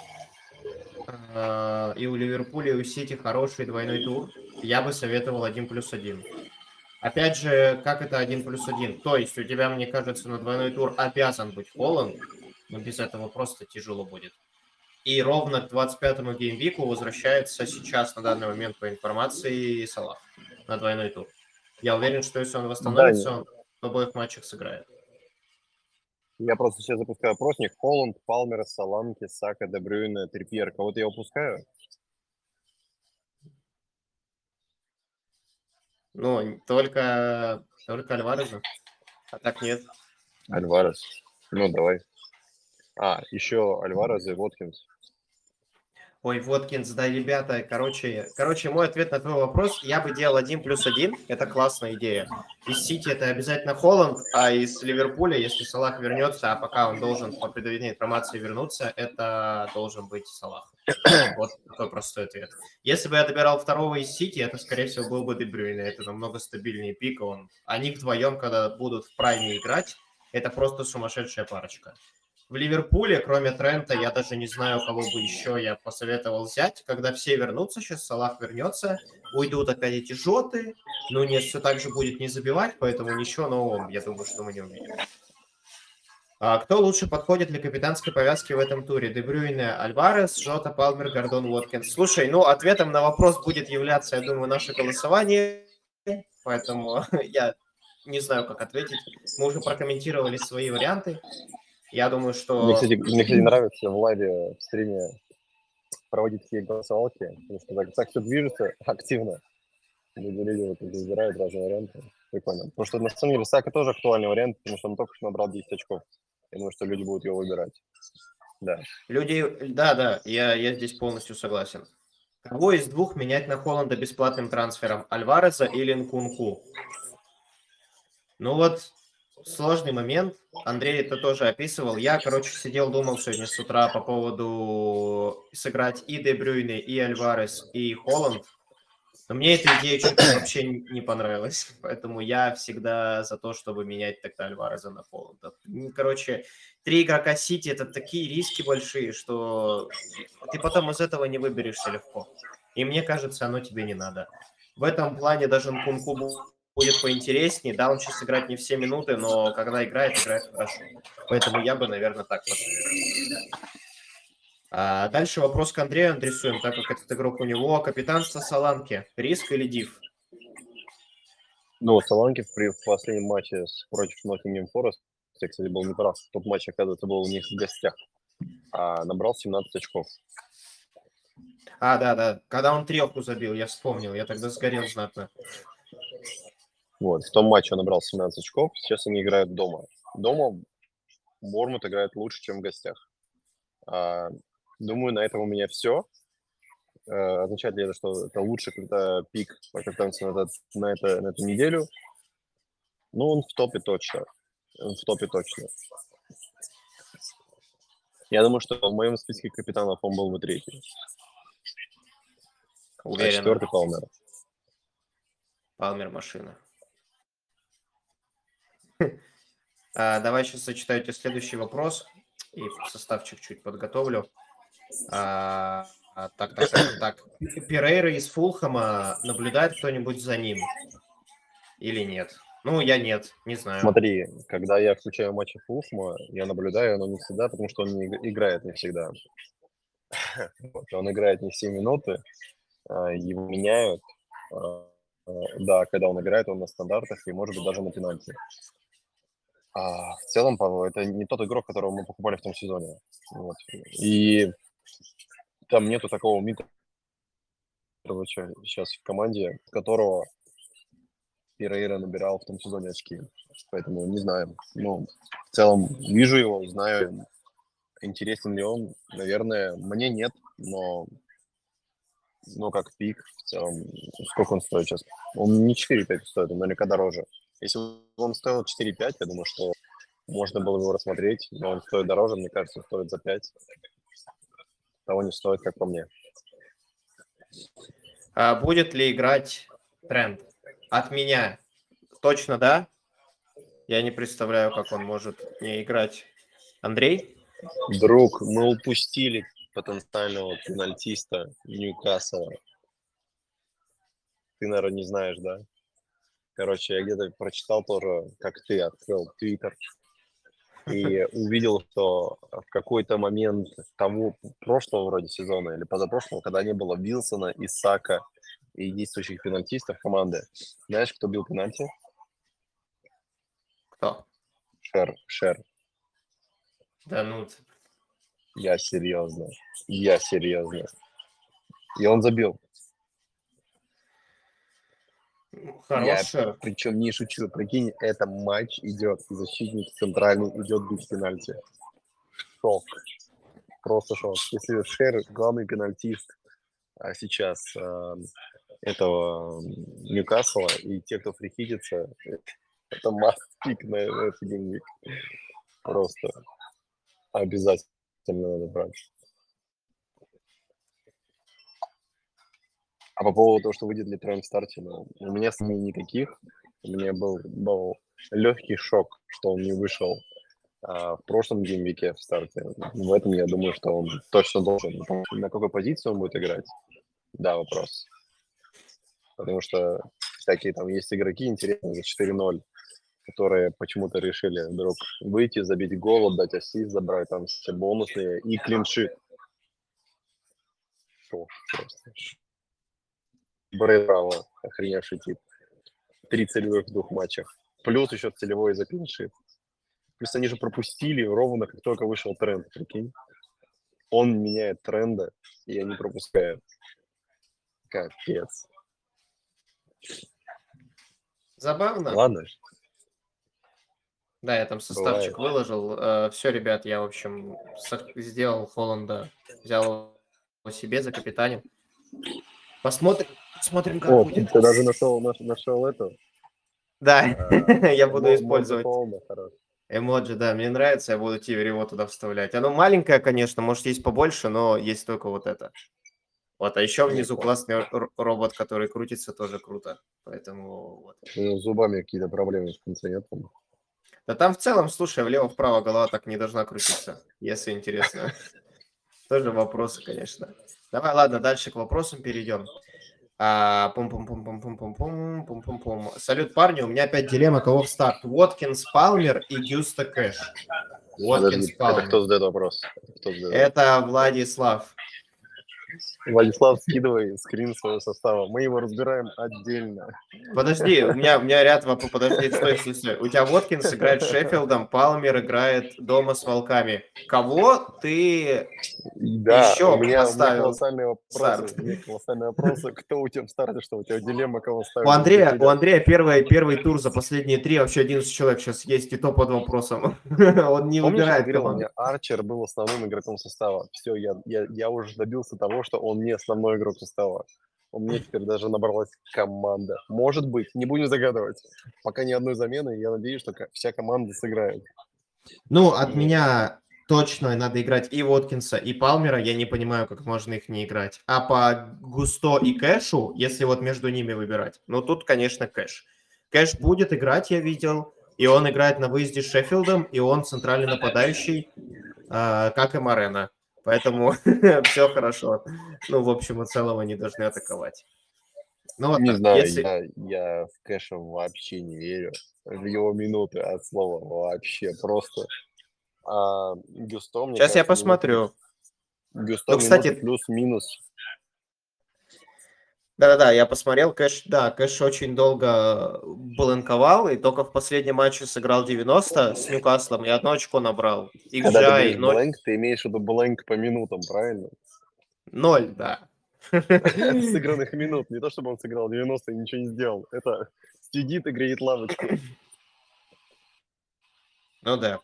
A: а, и у Ливерпуля, и у Сити хороший двойной тур, я бы советовал один плюс один. Опять же, как это один плюс один? То есть у тебя, мне кажется, на двойной тур обязан быть Холланд, но без этого просто тяжело будет. И ровно к двадцать пятому геймвику возвращается сейчас, на данный момент, по информации, Салах на двойной тур. Я уверен, что если он
B: Да,
A: восстановится, он в обоих матчах сыграет.
B: я просто сейчас запускаю опросник. Холланд, Палмер, Саланки, Сака, Де Брюйне, Трипьер. Кого-то я упускаю?
A: Ну, только, только Альвареза, а так нет.
B: Альварес. Ну, давай. А, еще Альварес и Воткинс.
A: Ой, Воткинс, да, ребята, короче, короче, мой ответ на твой вопрос, я бы делал один плюс один, это классная идея. Из Сити это обязательно Холланд, а из Ливерпуля, если Салах вернется, а пока он должен по предварительной информации вернуться, это должен быть Салах. Вот такой простой ответ. Если бы я добирал второго из Сити, это, скорее всего, был бы Де Брюйне, это намного стабильнее пик, он... Они вдвоем, когда будут в прайме играть, это просто сумасшедшая парочка. В Ливерпуле, кроме Трента, я даже не знаю, кого бы еще я посоветовал взять. Когда все вернутся, сейчас Салах вернется, уйдут опять эти жоты, но не все так же будет не забивать, поэтому ничего нового, я думаю, что мы не увидим. А кто лучше подходит для капитанской повязки в этом туре? Де Брюйне, Альварес, Жота, Палмер, Гордон, Уоткинс. Слушай, ну ответом на вопрос будет являться, я думаю, наше голосование, поэтому я не знаю, как ответить. Мы уже прокомментировали свои варианты. Я думаю,
B: Мне,
A: что...
B: кстати, мне, кстати, нравится в лайве, в стриме проводить такие голосовалки, потому что так, так все движется активно. Люди, люди вот тут выбирают разные варианты. Прикольно. Потому что, на самом деле, Сака тоже актуальный вариант, потому что он только что набрал десять очков. Я думаю, что люди будут его выбирать. Да.
A: Люди, да, да, я, я здесь полностью согласен. Кого из двух менять на Холланда бесплатным трансфером? Альвареза или Нкунку? Ну вот, сложный момент. Андрей это тоже описывал. Я, короче, сидел, думал сегодня с утра по поводу сыграть и Де Брюйне, и Альварес, и Холланд. Но мне эта идея что-то вообще не понравилась. Поэтому я всегда за то, чтобы менять тогда Альвареза на Холланда. Короче, три игрока Сити – это такие риски большие, что ты потом из этого не выберешься легко. И мне кажется, оно тебе не надо. В этом плане даже Нкунку будет поинтереснее. Да, он сейчас играть не все минуты, но когда играет, играет хорошо. Поэтому я бы, наверное, так посоветовал. А дальше вопрос к Андрею адресуем, так как этот игрок у него. Капитанство Саланки. Риск или див?
B: Ну, Соланки в, при- в последнем матче с, против Ноттингем Форест, я, кстати, был не прав. Тот матч, оказывается, был у них в гостях. А набрал семнадцать очков.
A: А, да, да. Когда он треху забил, я вспомнил. Я тогда сгорел знатно.
B: Вот, в том матче он набрал семнадцать очков, сейчас они играют дома. Дома Борнмут играет лучше, чем в гостях. А, думаю, на этом у меня все. А, означает ли это, что это лучший это пик по капитанству на, этот, на, это, на эту неделю? Ну, он в топе точно. Он в топе точно. Я думаю, что в моем списке капитанов он был бы третий.
A: Уверенно.
B: А четвертый Палмер.
A: Палмер машина. А, давай сейчас зачитаю тебе следующий вопрос и составчик чуть подготовлю. А, а, так, так, так, так. Перейра из Фулхэма, наблюдает кто-нибудь за ним или нет? Ну, я нет, не знаю.
B: Смотри, когда я включаю матчи Фулхэма, я наблюдаю, но не всегда, потому что он не играет не всегда. Вот, он играет не все минуты, его меняют. Да, когда он играет, он на стандартах и, может быть, даже на пенальти. А в целом, Павел, это не тот игрок, которого мы покупали в том сезоне. Вот. И там нету такого Митровича сейчас в команде, которого Перейра набирал в том сезоне очки. Поэтому не знаю. Ну, в целом, вижу его, знаю, интересен ли он. Наверное, мне нет, но, но как пик в целом. Сколько он стоит сейчас? Он не четыре пять стоит, он наверняка дороже. Если он стоил четыре пять, я думаю, что можно было его рассмотреть, но он стоит дороже, мне кажется, стоит за пять. Того не стоит, как по мне.
A: А будет ли играть Трент? От меня точно да. Я не представляю, как он может не играть. Андрей?
B: Друг, мы упустили потенциального пенальтиста Ньюкасла. Ты, наверное, не знаешь, да? Короче, я где-то прочитал тоже, как ты открыл Твиттер, и увидел, что в какой-то момент того прошлого вроде сезона или позапрошлого, когда не было Вилсона, Исака и действующих пенальтистов команды, знаешь, кто бил пенальти?
A: Кто?
B: Шер. Шер.
A: Да ну...
B: Я серьезно. Я серьезно. И он забил.
A: Хороший.
B: Я, причем не шучу, прикинь, это матч идет, и защитник центральный идет без пенальти. Шок. Просто шок. Если Шер главный пенальтист а сейчас а, этого Ньюкасла, и те, кто фрихитится, это маст-пик на, на этот геймвик. Просто обязательно надо брать. А по поводу того, что выйдет ли Трент в старте, ну, у меня сомнений никаких. У меня был, был легкий шок, что он не вышел а, в прошлом геймвике в старте. В этом я думаю, что он точно должен. На какой позиции он будет играть? Да, вопрос. Потому что всякие там есть игроки интересные за четыре ноль, которые почему-то решили вдруг выйти, забить гол, отдать ассист, забрать там все бонусные и клиншит. Шо, просто. Брэд Браво, охреневший тип. Три целевых в двух матчах. Плюс еще целевой за клиншит. Плюс они же пропустили ровно, как только вышел тренд, прикинь. Он меняет тренды, и они пропускают. Капец.
A: Забавно.
B: Ладно.
A: Да, я там составчик Бывает. выложил. Э, все, ребят, я, в общем, сделал Холланда, взял его себе за капитане. Посмотрим, посмотрим, как
B: О,
A: будет.
B: Ты даже нашел, нашел эту?
A: Да, я буду использовать
B: Холланда,
A: эмоджи, да, мне нравится, я буду тебе его туда вставлять. Оно маленькое, конечно, может, есть побольше, но есть только вот это. Вот, а еще внизу классный робот, который крутится, тоже круто. Поэтому вот.
B: Ну, с зубами какие-то проблемы в конце нет?
A: Да там в целом, слушай, влево-вправо голова так не должна крутиться, если интересно. Тоже вопросы, конечно. Давай, ладно, дальше к вопросам перейдем. Пум-пум-пум-пум-пум-пум-пум, пум-пум-пум. Салют, парни, у меня опять дилемма, кого в старт. Уоткинс, Палмер и Гюста Кэш.
B: Уоткинс, Палмер. Это кто задает вопрос? Кто задает?
A: Это Владислав.
B: Владислав, скидывай скрин своего состава. Мы его разбираем отдельно.
A: Подожди, у меня, у меня ряд вопросов. Подожди, стой, стой, стой. У тебя Уоткинс играет с Шеффилдом, Палмер играет дома с Волками. Кого ты
B: Да,
A: Еще
B: у меня, у меня
A: поставил
B: колоссальные вопросы.
A: старт.
B: У меня колоссальные вопросы. Кто у тебя в старте, что у тебя дилемма, кого
A: У
B: ставить?
A: Андрея, у Андрея первый, первый тур за последние три, вообще одиннадцать человек сейчас есть, и то под вопросом. Он не
B: Помнишь, я
A: выбирает
B: говорил, у
A: команду.
B: меня Арчер был основным игроком состава. Все, я, я, я уже добился того, что он не основной игрок состава. У меня теперь даже набралась команда. Может быть, не будем загадывать. Пока ни одной замены, я надеюсь, что ка- вся команда сыграет.
A: Ну, от
B: И
A: меня точно надо играть и Воткинса, и Палмера. Я не понимаю, как можно их не играть. А по Густо и Кэшу, если вот между ними выбирать, ну тут, конечно, Кэш. Кэш будет играть, я видел. И он играет на выезде с Шеффилдом, и он центральный нападающий, а, как и Морено. Поэтому все хорошо. Ну, в общем и целом, они должны атаковать. Ну, вот
B: не
A: так.
B: знаю,
A: Если...
B: я, я в Кэша вообще не верю. В его минуты от слова вообще просто. А Гюсто, мне
A: Сейчас я
B: кажется, минуты,
A: посмотрю.
B: Гюсто
A: Ну,
B: минуты
A: кстати,
B: плюс-минус.
A: да-да-да, я посмотрел, Кэш, да, Кэш очень долго бланковал, и только в последнем матче сыграл девяносто с Ньюкаслом, и одно очко набрал.
B: Когда ты
A: икс джи ай
B: говоришь
A: ноль,
B: blank, ты имеешь в виду blank по минутам, правильно?
A: ноль, да.
B: От сыгранных минут. Не то, чтобы он сыграл девяносто и ничего не сделал. Это сидит и греет лавочку.
A: Ну да.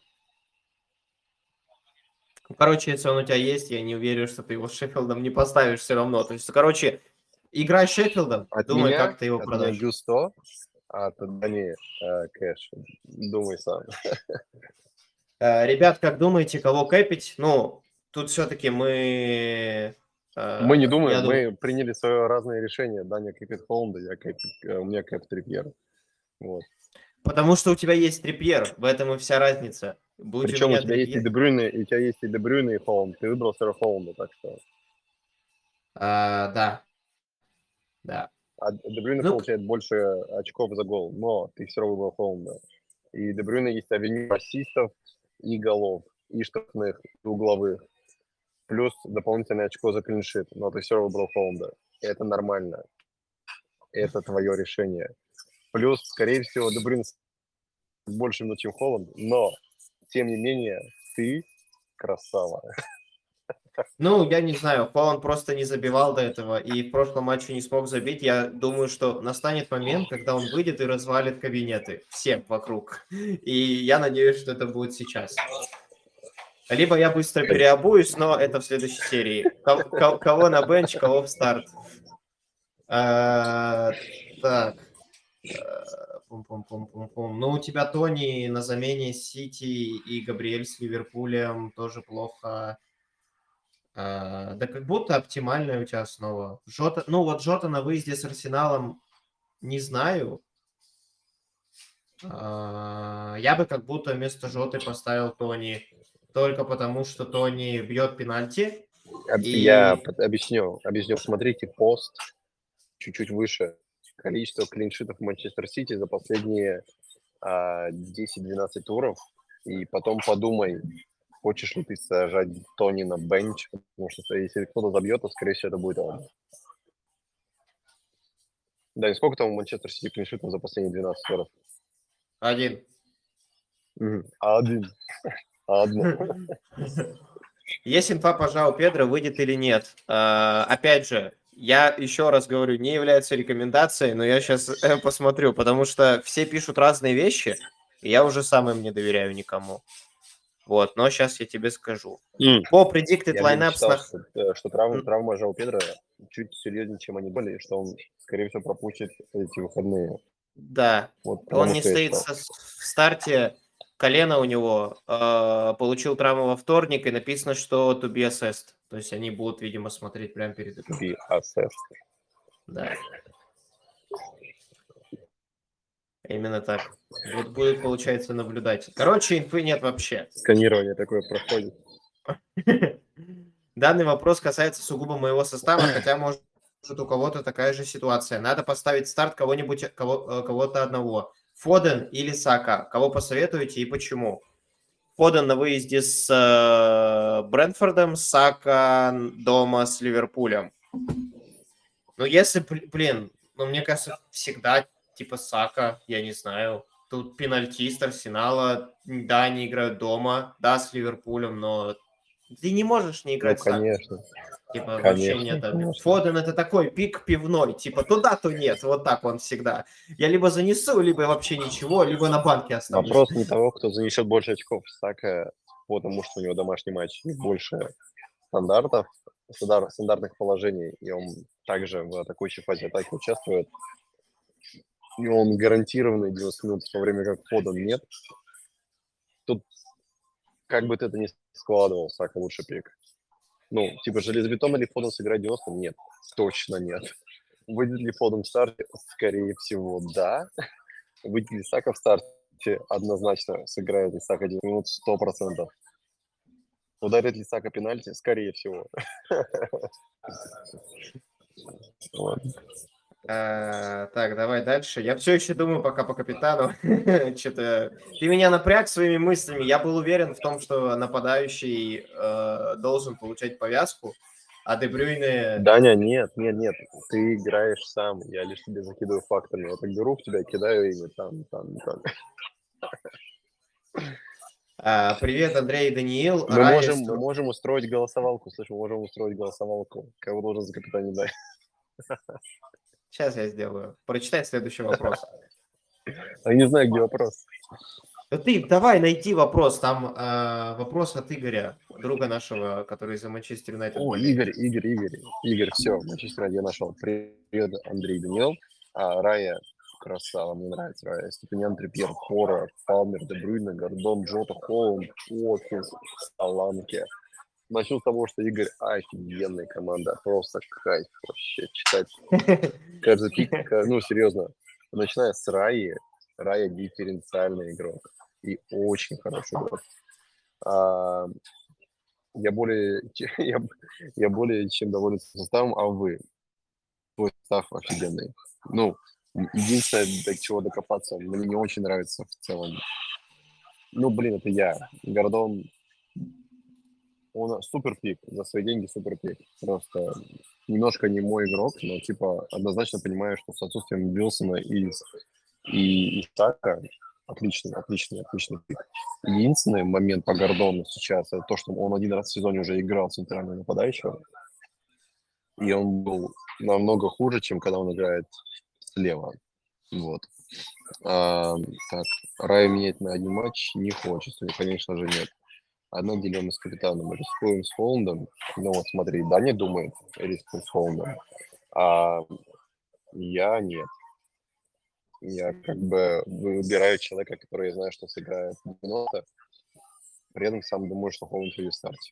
A: Короче, если он у тебя есть, я не уверен, что ты его с Шеффилдом не поставишь все равно. То есть, короче, играй с Шеффилдом,
B: От
A: думай,
B: меня,
A: как ты его
B: от меня
A: продашь.
B: Гюсто, а от Дани э, Кэш. Думай сам.
A: Э, Ребят, как думаете, кого кэпить? Ну, тут все-таки мы...
B: Мы не
A: э,
B: думаем,
A: Я думаю...
B: мы приняли свое разное решение. Даня кэпит Холланда, я кэпит, э, у меня кэп Трипьер. Вот.
A: Потому что у тебя есть Трипьер, в этом и вся разница. Будь у
B: Причем у
A: меня
B: тебя есть и
A: Трипьер...
B: Дебрюйне, и у тебя есть и Дебрюйне, и Холланд. Ты выбрал все равно Холланда, так что...
A: А, да, да.
B: А Дебрюйне
A: Ну, к-
B: получает больше очков за гол, но ты все равно выбрал Холланда. И Дебрюйне есть авеню ассистов и голов, и штрафных, и угловых. Плюс дополнительное очко за клиншит, но ты все равно выбрал Холланда. Это нормально. Это твое решение. Плюс, скорее всего, Дебрюйне больше минут, чем Холланд, но, тем не менее, ты красава.
A: ну, я не знаю, Холланд просто не забивал до этого, и в прошлом матче не смог забить. Я думаю, что настанет момент, когда он выйдет и развалит кабинеты всем вокруг. И я надеюсь, что это будет сейчас. Либо я быстро переобуюсь, но это в следующей серии. Ко- ко- Кого на бенч, кого в старт. А, Так. Э, Пум-пум-пум-пум-пум. Ну, у тебя Тони на замене Сити и Габриэль с Ливерпулем тоже плохо. А, да как будто оптимальная у тебя основа. Жота, ну вот Жота на выезде с Арсеналом не знаю. А, я бы как будто вместо Жоты поставил Тони. Только потому, что Тони бьет пенальти.
B: Об- Я
A: И
B: под- объясню. Объясню. Смотрите пост чуть-чуть выше. Количество клиншитов Манчестер Сити за последние а, десять-двенадцать туров. И потом подумай, хочешь ли ты сажать Тони на бенч, потому что если кто-то забьет, то, скорее всего, это будет он. Да, и сколько там у Манчестер Сити клиншитов за последние двенадцать туров?
A: один.
B: Мгм. Один. Одно.
A: Есть инфа по Жао Педро, выйдет или нет. А, опять же, я еще раз говорю, не является рекомендацией, но я сейчас посмотрю, потому что все пишут разные вещи, и я уже сам им не доверяю никому. Вот, но сейчас я тебе скажу.
B: М.
A: По predicted
B: Я где-то
A: lineups
B: читал,
A: на...
B: что, э, что травма,
A: Н-
B: травма Жао Педро чуть серьезнее, чем они были, и что он, скорее всего, пропустит эти выходные.
A: Да,
B: Вот
A: он
B: потому
A: не
B: что я
A: стоит
B: читал.
A: со- в старте, колено у него, э, получил травму во вторник, и написано, что to be assessed. То есть они будут, видимо, смотреть прямо перед игрой.
B: Be assessed.
A: Да, именно так. Вот будет, получается, наблюдать. Короче, инфы нет вообще.
B: Сканирование такое проходит.
A: Данный вопрос касается сугубо моего состава, хотя может у кого-то такая же ситуация. Надо поставить старт кого-нибудь, кого, э, кого-то одного. Фоден или Сака? Кого посоветуете и почему? Фоден на выезде с э, Брентфордом, Сака дома с Ливерпулем. Ну, если, бл- блин, ну, мне кажется, всегда типа Сака, я не знаю. Тут пенальтист Арсенала, да, они играют дома, да, с Ливерпулем, но Ты не можешь не
B: Ну,
A: играть Саку.
B: конечно.
A: Типа, вообще
B: Конечно,
A: нет. это-
B: конечно.
A: Фоден это такой пик пивной. Типа, туда, то нет. Вот так он всегда. Я либо занесу, либо вообще ничего, либо на банке оставлю.
B: Вопрос не того, кто занесет больше очков. Сака, потому что у него домашний матч и больше стандартов, стандар- стандартных положений, и он также в атакующей фазе атаки участвует. И он гарантированный девяносто минут, в то время как Фоден нет. Тут, как бы ты это ни складывал, Сака лучше пик. Ну, типа, железобетон или Фоден сыграть девяносто? Нет, точно нет. Выйдет ли Фоден в старте? Скорее всего, да. Выйдет ли Сака в старте? Однозначно сыграет ли Сака девяносто минут сто процентов. Ударит ли Сака пенальти? Скорее всего. Вот.
A: А, так, давай дальше. Я все еще думаю пока по капитану. Что-то ты меня напряг своими мыслями. Я был уверен в том, что нападающий э, должен получать повязку, а Де Брюйне...
B: Даня, нет, нет, нет. Ты играешь сам. Я лишь тебе закидываю фактами. Я так беру в тебя, кидаю ими там, там, там.
A: А, привет, Андрей и Даниил.
B: Мы
A: Рая
B: можем,
A: Стру-
B: мы можем устроить голосовалку. Слышь, мы можем устроить голосовалку. Кого должен за капитане дать?
A: Сейчас я сделаю. Прочитай следующий вопрос.
B: Я не знаю, где вопрос.
A: Да ты давай найти вопрос. Там э, вопрос от Игоря, друга нашего, который за Манчестер Юнайтед
B: О,
A: болеет.
B: Игорь, Игорь, Игорь. Игорь, все, Манчестер я нашел. Привет, Андрей Данил. А, Рая, красава, мне нравится Рая. Степенян, Трипьер, Кора, Палмер, Де Брюйне, Гордон, Джота, Холланд, Уоткинс, Саланке. Начну с того, что Игорь офигенная команда. Просто кайф вообще читать. Каждый пик, ну, серьезно. Начиная с Раи, Рая дифференциальный игрок. И очень хороший игрок. А, я более, я, я более чем доволен составом, а вы? Твой состав офигенный. Ну, единственное, до чего докопаться, мне не очень нравится в целом. Ну, блин, это я. Гордон, он супер пик. За свои деньги супер пик. Просто немножко не мой игрок, но, типа, однозначно понимаю, что с отсутствием Вилсона и, и, и Сака отличный, отличный, отличный пик. Единственный момент по Гордону сейчас, это то, что он один раз в сезоне уже играл центрального нападающего, и он был намного хуже, чем когда он играет слева. Вот. А, так, Рай менять на один матч не хочется, конечно же, нет. Одна дилемма с капитаном. Рискуем с Холландом. Ну вот смотри, Даня думает, рискуем с Холландом. А я нет. Я как бы выбираю человека, который я знаю, что сыграет девяносто. При этом сам думаю, что Холланд будет в старте.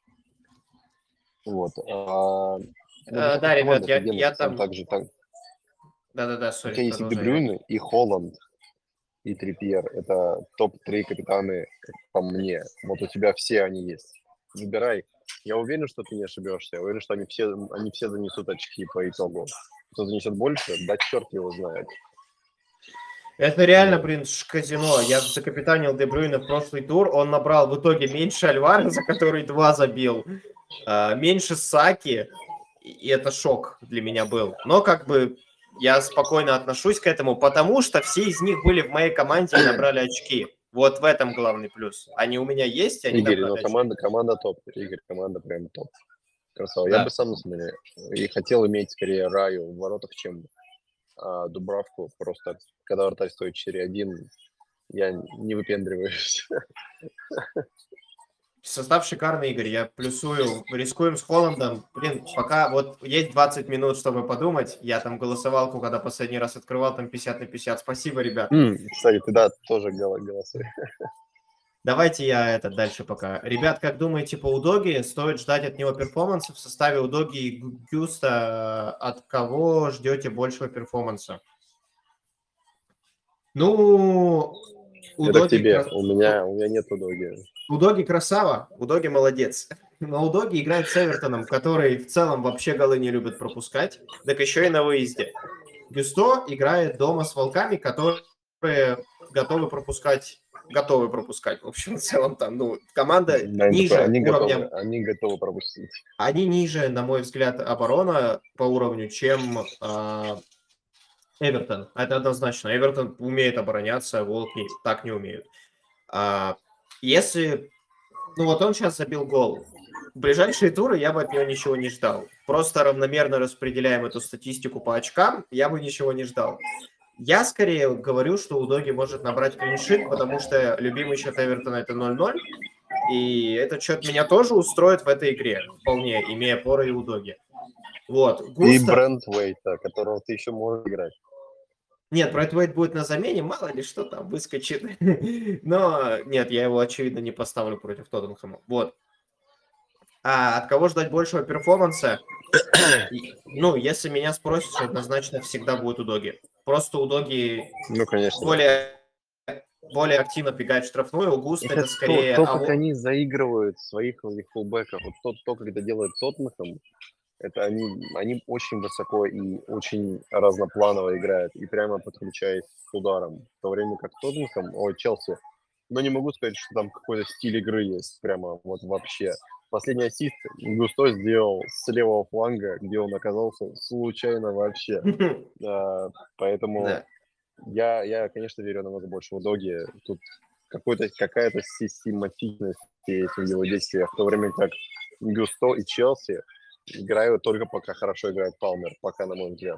B: Вот. А, ну,
A: Э, да, ребят, я, я там...
B: также так.
A: Да-да-да,
B: У
A: сори,
B: тебя есть и Де
A: продолжай.
B: Брюйне, и Холланд, и Трипьер. Это топ-три капитаны, как по мне. Вот у тебя все они есть. Выбирай. Я уверен, что ты не ошибешься. Я уверен, что они все, они все занесут очки по итогу. Кто занесет больше, да черт его знает.
A: Это реально, блин, ш- казино. Я закапитанил Де Брюйне в прошлый тур. Он набрал в итоге меньше Альвареза, который два забил. а, меньше Саки. И это шок для меня был. Но как бы я спокойно отношусь к этому, потому что все из них были в моей команде и набрали очки. Вот в этом главный плюс. Они у меня есть, и они
B: Игорь, но
A: набрали очки.
B: команда, команда топ. Игорь, команда прям топ. Красава.
A: Да.
B: Я бы сам, на самом деле, и хотел иметь скорее Раю в воротах, чем а, Дубравку. Просто когда вратарь стоит четыре один, я не выпендриваюсь.
A: Состав шикарный, Игорь. Я плюсую. Рискуем с Холландом. Блин, пока вот есть двадцать минут, чтобы подумать. Я там голосовалку, когда последний раз открывал, там пятьдесят на пятьдесят. Спасибо, ребят.
B: М, Кстати, ты, да, тоже гол- голосуй.
A: Давайте я это дальше пока. Ребят, как думаете по Удоги? Стоит ждать от него перформанса в составе Удоги и Гю- Гюста? От кого ждете большего перформанса? Ну,
B: Это к
A: Удоги,
B: тебе.
A: кра-
B: У меня, у меня нет удоги.
A: Удоги красава, Удоги молодец. Но Удоги играет с Эвертоном, который в целом вообще голы не любит пропускать, так еще и на выезде. Гюсто играет дома с Волками, которые готовы пропускать, готовы пропускать. В общем, в целом там, ну, команда
B: Да, они,
A: ниже
B: такой, они готовы,
A: уровнем,
B: они готовы пропустить.
A: они ниже, на мой взгляд, оборона по уровню, чем э, Эвертон. Это однозначно. Эвертон умеет обороняться, Волки так не умеют. А, если, ну вот он сейчас забил гол, В ближайшие туры я бы от него ничего не ждал. Просто равномерно распределяем эту статистику по очкам, я бы ничего не ждал. Я скорее говорю, что Удоги может набрать клиншит, потому что любимый счет Эвертона это ноль ноль, и этот счет меня тоже устроит в этой игре, вполне, имея Пора и Удоги. Вот.
B: И
A: Густо...
B: Брент Уэйта, которого ты еще можешь играть.
A: Нет, Брайт Уэйт будет на замене, мало ли что там выскочит. Но нет, я его, очевидно, не поставлю против Тоттенхэма. Вот. А от кого ждать большего перформанса? Ну, если меня спросят, то однозначно всегда будет Удоги. Просто Удоги
B: Ну, конечно.
A: более, более активно бегает в штрафную, у Густа это,
B: Это
A: скорее...
B: то, то,
A: а
B: как
A: вот-
B: они заигрывают своих этих фулбеков. Вот то, то, как это делает Тоттенхэм, это они, они очень высоко и очень разнопланово играют, и прямо подключаясь с ударом. В то время как Тоттенхэм, ой, Челси, но не могу сказать, что там какой-то стиль игры есть, прямо вот вообще. Последний ассист Густо сделал с левого фланга, где он оказался случайно вообще. А, поэтому
A: Да.
B: я, я, конечно, верю намного больше в Удоги. Тут какой-то, какая-то систематичность есть в его действиях, в то время как Густо и Челси играют только пока хорошо играет Палмер, пока, на мой взгляд.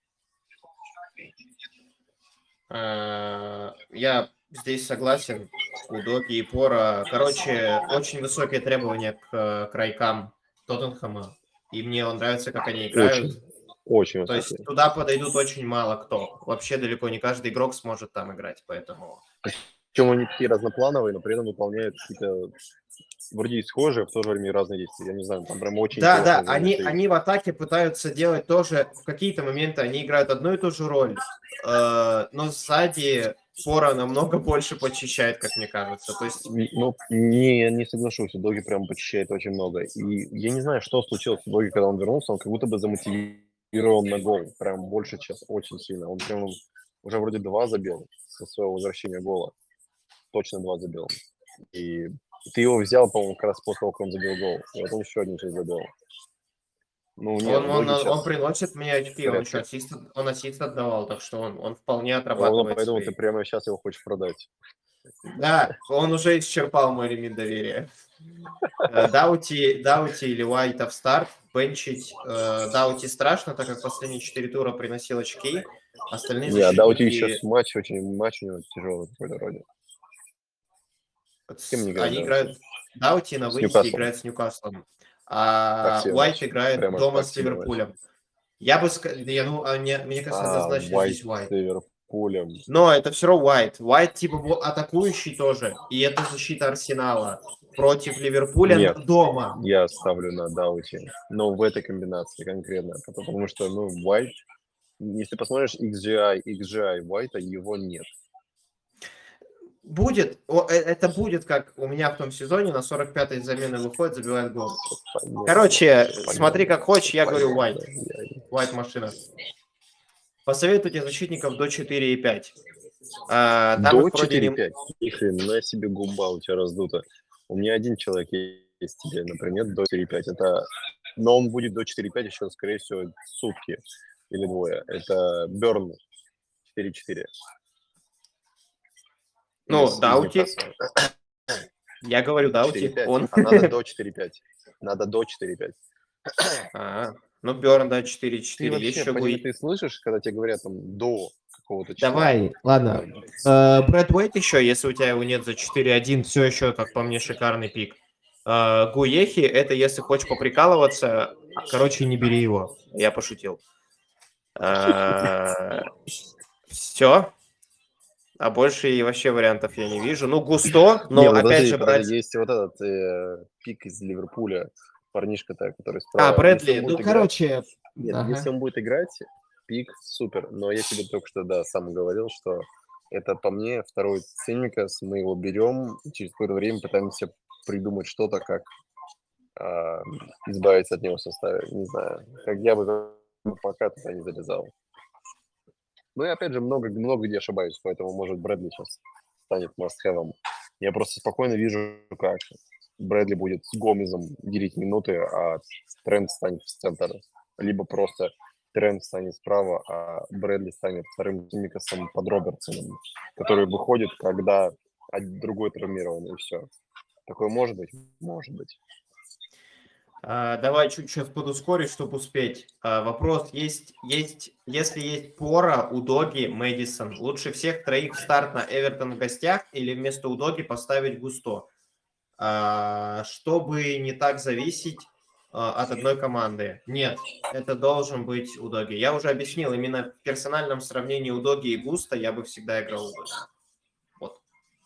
A: А, Я здесь согласен. Удоги и Пора. Короче, очень высокие требования к крайкам Тоттенхэма. И мне он нравится, как они играют.
B: Очень, очень
A: То есть
B: высокие.
A: туда подойдут очень мало кто. Вообще далеко не каждый игрок сможет там играть, поэтому...
B: Причем они такие разноплановые, но при этом выполняют какие-то вроде и схожие, в то же время и разные действия. Я не знаю, там прям очень
A: Да, да,
B: интересно
A: они,
B: взаимодействие.
A: они в атаке пытаются делать тоже, в какие-то моменты они играют одну и ту же роль, э, но сзади Пора намного больше почищает, как мне кажется. То есть,
B: Н- Ну, не, не соглашусь, у Доги прям почищает очень много. И я не знаю, что случилось с Доги, когда он вернулся, он как будто бы замотивирован на гол. Прям больше, сейчас, очень сильно. Он прям уже вроде два забил со своего возвращения гола. Точно два забил. И ты его взял, по-моему, как раз после того, как он забил гол. И вот он еще один сейчас забил. Ну, не,
A: он,
B: у
A: он,
B: Доги
A: он
B: сейчас
A: приносит мне
B: в
A: очки, он еще
B: порядке.
A: ассист, он ассист отдавал, так что он, он вполне
B: Ровно
A: отрабатывает
B: поэтому ты
A: свои.
B: прямо сейчас его хочешь продать.
A: Да, он уже исчерпал мой лимит доверия. Э, Даути, Даути или Уайта в старт, бенчить. э, Даути страшно, так как последние четыре тура приносил очки. Остальные
B: Не, а да, у тебя
A: защитники,
B: сейчас матч очень, матч у него тяжелый какой-то вроде. С кем
A: с-
B: не играет
A: они
B: Даути?
A: играют... Даути на
B: С
A: выезде
B: Ньюкаслом.
A: играет с Ньюкаслом,
B: Как
A: а
B: себе
A: Уайт
B: матч?
A: играет
B: Прямо
A: дома
B: как
A: с
B: себе матч.
A: Ливерпулем. Я бы сказал... Ну, а мне, мне кажется,
B: А,
A: однозначно
B: Уайт
A: здесь
B: с
A: Уайт.
B: Ливерпулем.
A: Но это все равно Уайт. Уайт типа во- атакующий тоже. И это защита Арсенала против Ливерпуля н-
B: Нет,
A: дома.
B: я ставлю на Даути. Но в этой комбинации конкретно. Потому что, ну, Уайт, если посмотришь икс джи ай, икс джи ай Уайта, его нет.
A: Будет, о, э, это будет, как у меня в том сезоне, на сорок пятой замены выходит, забивает гол.
B: Понятно,
A: Короче,
B: понятно,
A: смотри как хочешь, я говорю
B: понятно.
A: White.
B: Я-
A: White машина. Посоветуйте защитников до четыре и пять. А, там
B: До
A: их вроде
B: четыре
A: не...
B: пять. Ни хрена себе губа у тебя раздута. У меня один человек есть тебе, например, до четыре пять. Это... Но он будет до четыре пять еще, скорее всего, сутки или двое. Это Берн четыре четыре.
A: Ну,
B: Из, из
A: Даути.
B: Ньюкасла.
A: Я говорю
B: четыре
A: Даути.
B: пять.
A: Он...
B: А надо до четыре пять. Надо до четыре пять.
A: А, ну, Берн, да,
B: Ты
A: четыре четыре. Есть
B: вообще,
A: еще
B: поним-
A: Гуи.
B: ты слышишь, когда тебе говорят там до какого-то числа?
A: Давай, ладно. Э, Брэд Уэйт еще, если у тебя его нет за четыре один, все еще, как по мне, шикарный пик. Э, Гуехи, это если хочешь поприкалываться, короче, не бери его. Я пошутил. Все. А больше и вообще вариантов я не вижу. Ну, Густо, но
B: Не,
A: опять
B: подожди,
A: же
B: подожди,
A: брать...
B: есть вот этот э, пик из Ливерпуля, парнишка-то, который
A: А,
B: справа. Если
A: Брэдли.
B: он
A: Ну,
B: будет играть,
A: короче...
B: нет, если
A: Ага.
B: он будет играть, пик супер. Но я тебе только что, да, сам говорил, что это по мне второй Цимикас, мы его берем, и через какое-то время пытаемся придумать что-то, как а, избавиться от него в составе. Не знаю, как я бы пока туда не залезал. Ну и опять же, много, много где ошибаюсь, поэтому, может, Брэдли сейчас станет must-have. Я просто спокойно вижу, как Брэдли будет с Гомезом делить минуты, а Трент станет в центр. Либо просто Трент станет справа, а Брэдли станет вторым Микасом под Робертсоном, который выходит, когда другой травмирован, и все. Такое может быть? Может быть.
A: А, давай чуть сейчас подускорить, чтобы успеть. А, вопрос есть, есть, если есть Пора, Удоги, Мэдисон, лучше всех троих в старт на Эвертон в гостях или вместо Удоги поставить Густо? А, чтобы не так зависеть а, от одной команды. Нет, это должен быть Удоги. Я уже объяснил, именно в персональном сравнении Удоги и Густа я бы всегда играл Удоги. Вот.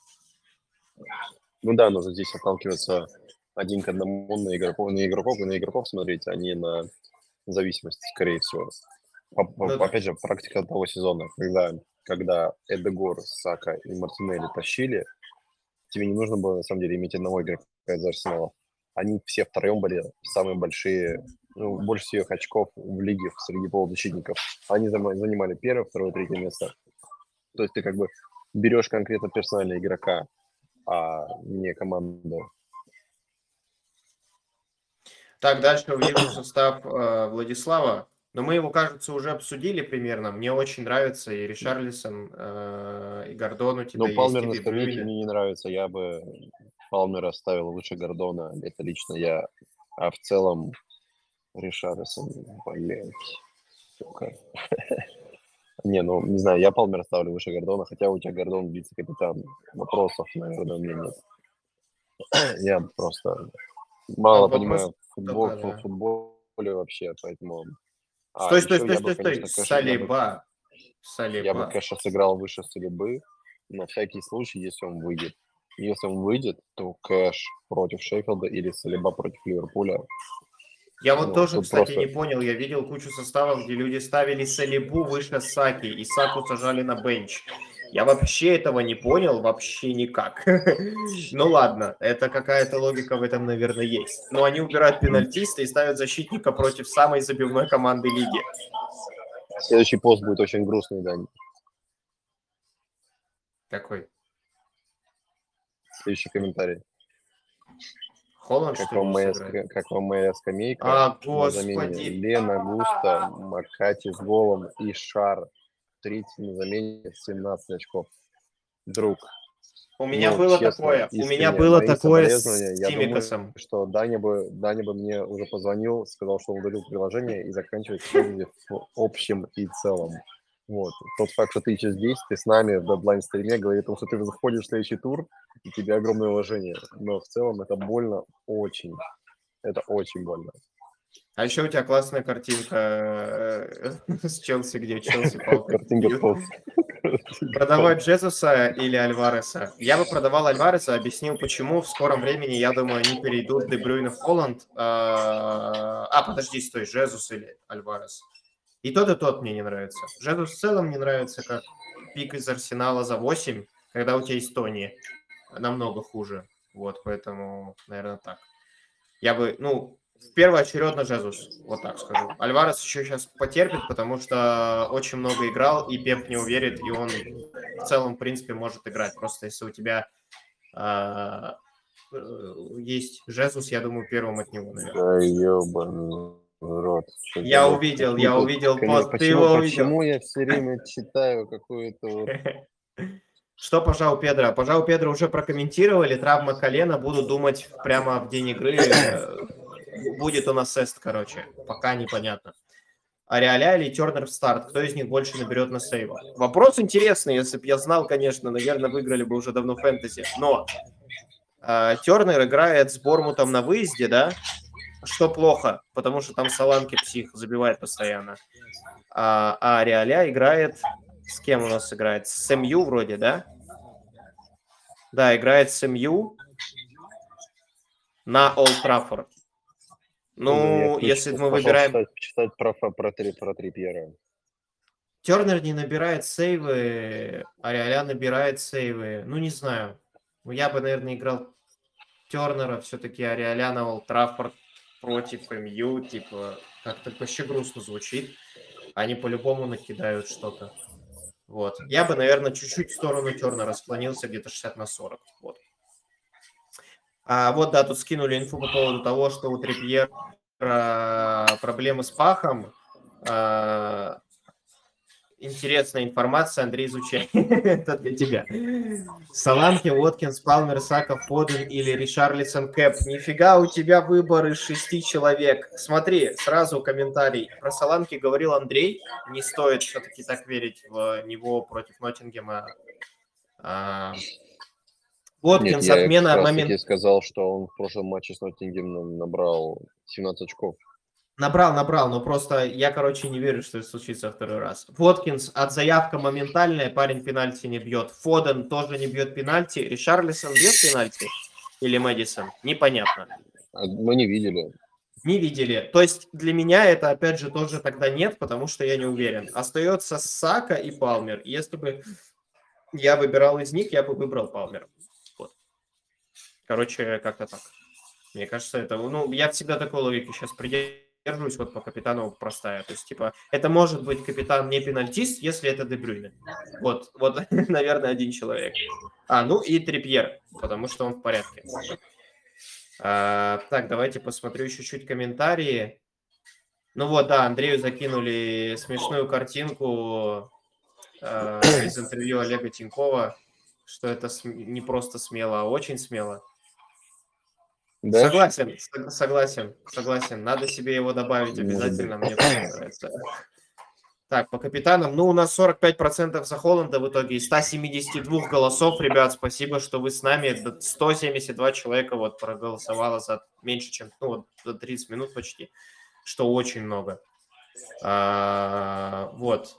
B: Ну да, нужно здесь отталкиваться один к одному на игроков, на игроков и на игроков смотреть, а не на зависимость, скорее всего. По- по-
A: Ну да.
B: Опять же, практика того сезона, когда, когда Эдегор, Сака и Мартинелли тащили, тебе не нужно было, на самом деле, иметь одного игрока из Арсенала. Они все втроем были самые большие, ну, больше всех очков в лиге среди полузащитников. Они зам- занимали первое, второе, третье место. То есть ты как бы берешь конкретно персонального игрока, а не команду.
A: Так, дальше вижу состав э, Владислава. Но мы его, кажется, уже обсудили примерно. Мне очень нравится и Ришарлисон, э, и Гордон у тебя
B: Ну,
A: есть,
B: Палмер
A: и
B: на
A: Де
B: скамейке
A: Брюйне.
B: мне не нравится. Я бы Палмера оставил выше Гордона. Это лично я. А в целом Ришарлисон, блядь, сука. Не, ну, не знаю, я Палмера ставлю выше Гордона, хотя у тебя Гордон вице-капитан. Вопросов, наверное, у меня нет. Я просто
A: А
B: мало
A: вопрос
B: понимаю футбол,
A: только,
B: в
A: да.
B: футболе вообще, поэтому... А,
A: Стой, стой,
B: еще
A: стой,
B: я бы,
A: стой, стой.
B: конечно, Кэша, я бы,
A: Салиба.
B: я бы
A: Салиба.
B: Кэша сыграл выше Салибы, на всякий случай, если он выйдет. Если он выйдет, то Кэш против Шеффилда или Салиба против Ливерпуля.
A: Я вот
B: Ну,
A: тоже,
B: тут
A: кстати, не
B: просто...
A: понял. Я видел кучу составов, где люди ставили Салибу выше Саки, и Саку сажали на бенч. Я вообще этого не понял, вообще никак. Ну ладно, это какая-то логика в этом, наверное, есть. Но они убирают пенальтиста и ставят защитника против самой забивной команды лиги.
B: Следующий пост будет очень грустный, Дань.
A: Какой?
B: Следующий комментарий.
A: Холланд,
B: Как
A: что ли,
B: вам
A: не
B: моя,
A: сыграет?
B: ска- как вам моя скамейка
A: А,
B: на замене?
A: господи.
B: Лена, Густа, Макати с голом и Шар. Третий на замене семнадцать очков. Друг,
A: У меня
B: ну,
A: было
B: честно,
A: такое. У меня
B: искренне,
A: было
B: мои
A: такое с
B: соболезнования. Я думаю,
A: Тимикасом.
B: что Даня бы, Даня бы мне уже позвонил, сказал, что он удалил приложение и заканчивает фэнтези в общем и целом. Вот. Тот факт, что ты еще здесь, ты с нами в дедлайн-стриме, говорит о том, что ты заходишь в следующий тур, и тебе огромное уважение. Но в целом это больно очень. Это очень больно.
A: А еще у тебя классная картинка э, с Челси, где Челси палкой
B: Картинка
A: бьют.
B: пост.
A: Продавать Джезуса или Альвареса? Я бы продавал Альвареса, объяснил почему. В скором времени, я думаю, они перейдут Де Брюйне в Холланд. А, а, подожди, стой, Джезус или Альварес? И тот, и тот мне не нравится. Джезус в целом не нравится, как пик из Арсенала за восемь, когда у тебя есть Тони. Намного хуже. Вот, поэтому, наверное, так. Я бы, ну, первоочередно Джезус, вот так скажу. Альварес еще сейчас потерпит, потому что очень много играл, и Пеп не уверит, и он в целом, в принципе, может играть. Просто если у тебя а, э, есть Джезус, я думаю, первым от него, наверное.
B: Да ебаный рот. Что
A: Я
B: за
A: увидел, я
B: какую-то
A: увидел
B: коммен-
A: пост, ты
B: Почему,
A: его увидел.
B: почему я все время читаю какую-то вот...
A: Что по Жау Педро? По Жау Педро уже прокомментировали, травма колена, буду думать прямо в день игры, э, будет он ассест, короче, пока непонятно. А Реаля или Тернер в старт? Кто из них больше наберет на сейвах? Вопрос интересный, если бы я знал, конечно, наверное, выиграли бы уже давно фэнтези. Но э, Тернер играет с Бормутом на выезде, да? Что плохо, потому что там Соланки псих забивает постоянно. А, а Реаля играет... С кем у нас играет? С МЮ вроде, да? Да, играет с МЮ на Олд Траффорд.
B: Ну, я
A: Ну, если мы
B: пошел
A: выбираем...
B: читать, почитать про, про, про, Три- про Трипьера.
A: Тернер не набирает сейвы, а Реаля набирает сейвы. Ну, не знаю. Ну, я бы, наверное, играл Тернера, все-таки Ариаля на Олд Траффорд против МЮ. Типа, как-то вообще грустно звучит. Они по-любому накидают что-то. Вот. Я бы, наверное, чуть-чуть в сторону Тернера склонился, где-то шестьдесят на сорок. Вот. А вот, да, тут скинули инфу по поводу того, что у Трипьера проблемы с пахом. интересная информация, Андрей, изучай. Это для тебя. Соланки, Уоткинс, Палмер, Сака, Фоден или Ришарлисон, Кэп. Нифига у тебя выбор из шести человек. Смотри, сразу комментарий. Про Соланки говорил Андрей. Не стоит все-таки так верить в него против Ноттингема. А,
B: Нет,
A: Уоткинс,
B: я как
A: отмена
B: раз
A: момент.
B: таки сказал, что он в прошлом матче с Ноттингемом набрал семнадцать очков.
A: Набрал, набрал, но просто я, короче, не верю, что это случится второй раз. Воткинс, от заявка моментальная, парень пенальти не бьет. Фоден тоже не бьет пенальти. Ришарлисон бьет пенальти? Или Мэдисон? Непонятно.
B: А мы не видели.
A: Не видели. То есть для меня это, опять же, тоже тогда нет, потому что я не уверен. Остается Сака и Палмер. Если бы я выбирал из них, я бы выбрал Палмера. Вот. Короче, как-то так. Мне кажется, это... Ну, я всегда такой логики сейчас придерживаюсь, вот по капитану простая. То есть, типа, это может быть капитан не пенальтист, если это Де Брюйне. Вот, вот, наверное, один человек. А, ну и Трипьер, потому что он в порядке. А, так, давайте посмотрю еще чуть комментарии. Ну вот, да, Андрею закинули смешную картинку э, из интервью Олега Тинькова, что это см- не просто смело, а очень смело.
B: Да?
A: Согласен, сог- согласен, согласен. Надо себе его добавить
B: Может
A: обязательно,
B: быть.
A: мне тоже нравится. Так, по капитанам, ну, у нас сорок пять процентов за Холланда в итоге из ста семидесяти двух голосов. Ребят, спасибо, что вы с нами. Д- сто семьдесят два человека вот проголосовало за меньше, чем, ну, вот за тридцать минут почти, что очень много. А, вот.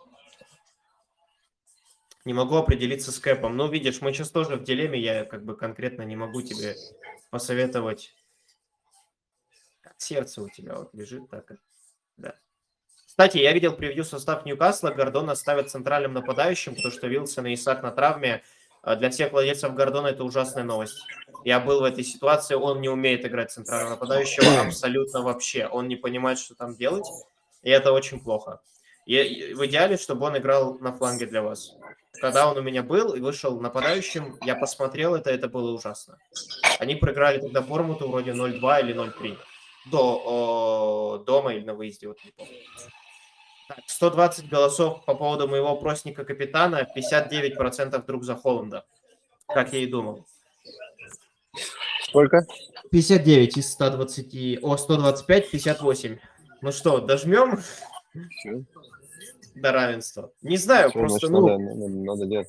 A: Не могу определиться с Кэпом. Ну, видишь, мы сейчас тоже в дилемме, я как бы конкретно не могу тебе посоветовать. Как сердце у тебя вот лежит так, да. Кстати, я видел превью состав Ньюкасла. Гордона ставят центральным нападающим, потому что Вилсон и Исак на травме. А Для всех владельцев Гордона это ужасная новость. Я был в этой ситуации, он не умеет играть центрального нападающего абсолютно вообще. Он не понимает, что там делать, и это очень плохо. И и в идеале, чтобы он играл на фланге для вас. Когда он у меня был и вышел нападающим, я посмотрел это, это было ужасно. Они проиграли тогда Бормуту вроде ноль два или ноль три. До о, дома или на выезде, вот не помню. Так, сто двадцать голосов по поводу моего опросника капитана, пятьдесят девять процентов друг за Холланда, как я и думал.
B: Сколько?
A: пятьдесят девять из ста двадцати, о, сто двадцать пять, пятьдесят восемь. Ну что, дожмем
B: Все,
A: до равенства? Не знаю,
B: все,
A: просто,
B: значит, надо,
A: ну,
B: надо, надо делать.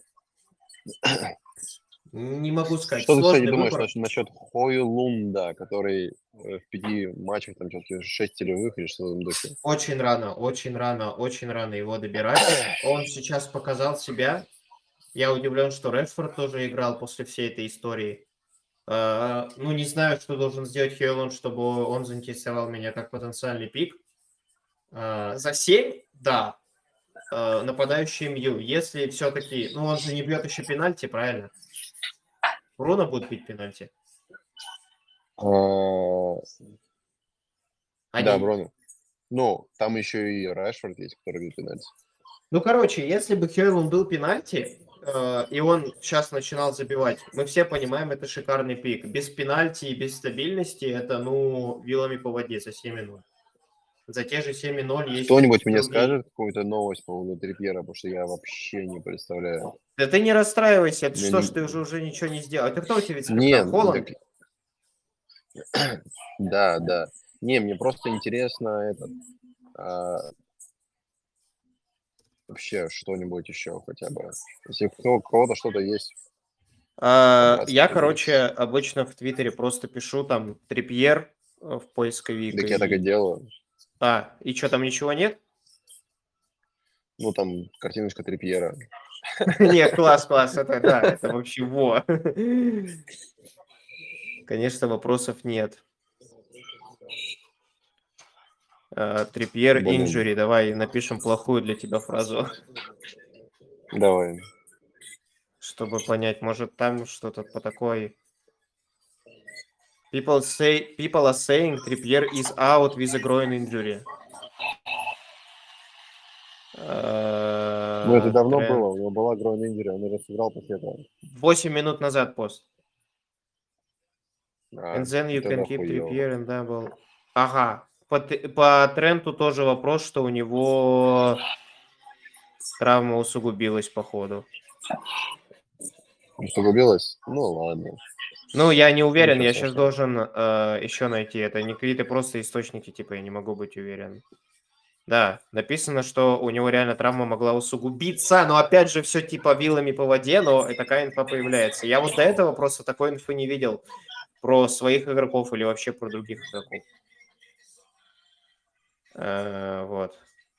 A: не могу сказать,
B: Что ты, кстати,
A: сложный
B: думаешь
A: выбор.
B: насчет, насчет Хойлунда, который э, в пяти матчах, там, что-то шесть целевых или что в этом духе?
A: Очень рано, очень рано, очень рано его добирать. Он сейчас показал себя. Я удивлен, что Редфорд тоже играл после всей этой истории. Э, Ну, не знаю, что должен сделать Хейлон, чтобы он заинтересовал меня как потенциальный пик. Э, За семь, да, э, нападающий Мью. Если все-таки... Ну, он же не бьет еще пенальти, правильно? Бруно будет бить пенальти.
B: А,
A: Они...
B: Да, Брону. Ну, там еще и Рашфорд есть, который бьет пенальти.
A: Ну, короче, если бы Хейлон был пенальти, э, и он сейчас начинал забивать, мы все понимаем, это шикарный пик. Без пенальти и без стабильности это, ну, вилами по воде за семь минут. За те же семь ноль есть
B: Кто-нибудь мне
A: другие.
B: скажет какую-то новость по поводу Трипьера, потому что я вообще не представляю.
A: Да ты не расстраивайся, это
B: Я
A: что
B: не-
A: ж ты уже, уже ничего не сделал. Это кто у тебя вице-капитан?
B: Не,
A: Холланд?
B: так- да, да. Не, мне просто интересно этот, а, вообще что-нибудь еще хотя бы. Если кто, у кого-то что-то есть,
A: А,
B: двадцать
A: я,
B: поделитесь.
A: короче, обычно в Твиттере просто пишу там Трипьер э, в поисковик.
B: Так я так и
A: И...
B: делаю.
A: А, и что, там ничего нет?
B: Ну, там картиночка Трипьера.
A: Нет, класс, класс, это да, это вообще во. Конечно, вопросов нет. А, Трипьер
B: Блин,
A: инжури, давай напишем плохую для тебя фразу,
B: давай.
A: чтобы понять, может там что-то по такой. People say, people are saying Trippier is out with a groin injury.
B: Ну, это
A: Э,
B: давно
A: Трент.
B: было, у него была groin injury, он уже сыграл после этого.
A: восемь минут назад пост.
B: А,
A: And then you
B: тогда
A: can keep
B: хуёво.
A: Trippier and double. Ага. По, Т- по Тренту тоже вопрос, что у него Травма усугубилась, походу.
B: Усугубилось? Ну, ладно.
A: Ну, я не уверен,
B: Ничего
A: я сейчас
B: страшного.
A: должен э, еще найти. Это не какие-то просто источники, типа, я не могу быть уверен. Да, написано, что у него реально травма могла усугубиться, но опять же все типа вилами по воде, но и такая инфа появляется. Я вот до этого просто такой инфы не видел про своих игроков или вообще про других игроков. Э, вот.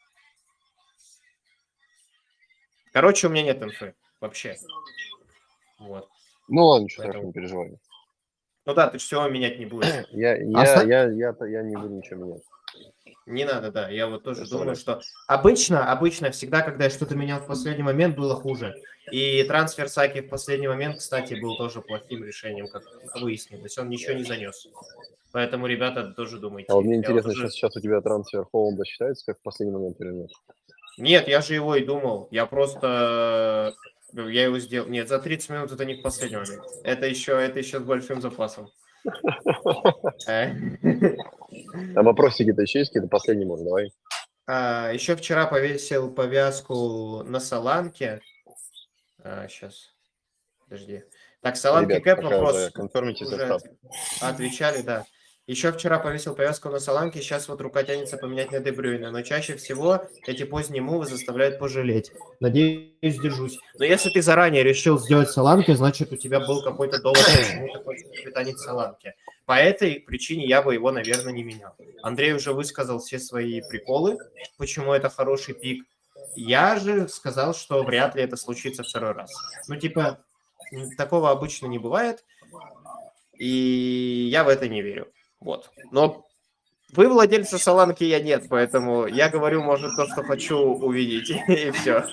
A: Короче, у меня нет инфы вообще. Вот.
B: Ну ладно, ничего
A: Поэтому...
B: страшного, не переживай.
A: Ну да, ты все менять не будешь.
B: Я,
A: А
B: я,
A: ста-
B: я, я, я не буду ничего менять.
A: Не надо, да. Я вот тоже думаю,
B: Оставлять.
A: что обычно, обычно всегда, когда я что-то менял в последний момент, было хуже. И трансфер Саки в последний момент, кстати, был тоже плохим решением, как выяснилось. Он ничего не занес. Поэтому, ребята, тоже
B: А вот
A: думайте.
B: мне
A: Я вот
B: интересно,
A: уже...
B: сейчас, сейчас у тебя трансфер Холланда считается как в последний момент или нет?
A: Нет, я же его и думал. Я просто... Я его сделал... Нет, за тридцать минут это не в последний момент. Это еще, это еще с большим запасом. Э.
B: А вопросики-то еще есть какие-то последние, может, давай?
A: А, еще вчера повесил повязку на Соланке. А, сейчас, подожди. Так, Соланке
B: Ребят,
A: Кэп
B: пока уже
A: вопрос
B: конформите
A: уже
B: состав.
A: отв- отвечали, да. Еще вчера повесил повязку на Соланке, сейчас вот рука тянется поменять на Де Брюйне, но чаще всего эти поздние мувы заставляют пожалеть. Надеюсь, держусь. Но если ты заранее решил сделать Соланки, значит, у тебя был какой-то довод, почему ты хочешь капитанить Соланки. По этой причине я бы его, наверное, не менял. Андрей уже высказал все свои приколы, почему это хороший пик. Я же сказал, что вряд ли это случится второй раз. Ну, типа, м, такого обычно не бывает, и я в это не верю. Вот. Но вы владельцы Соланки, я нет, поэтому я говорю, может, то, что хочу увидеть, и все.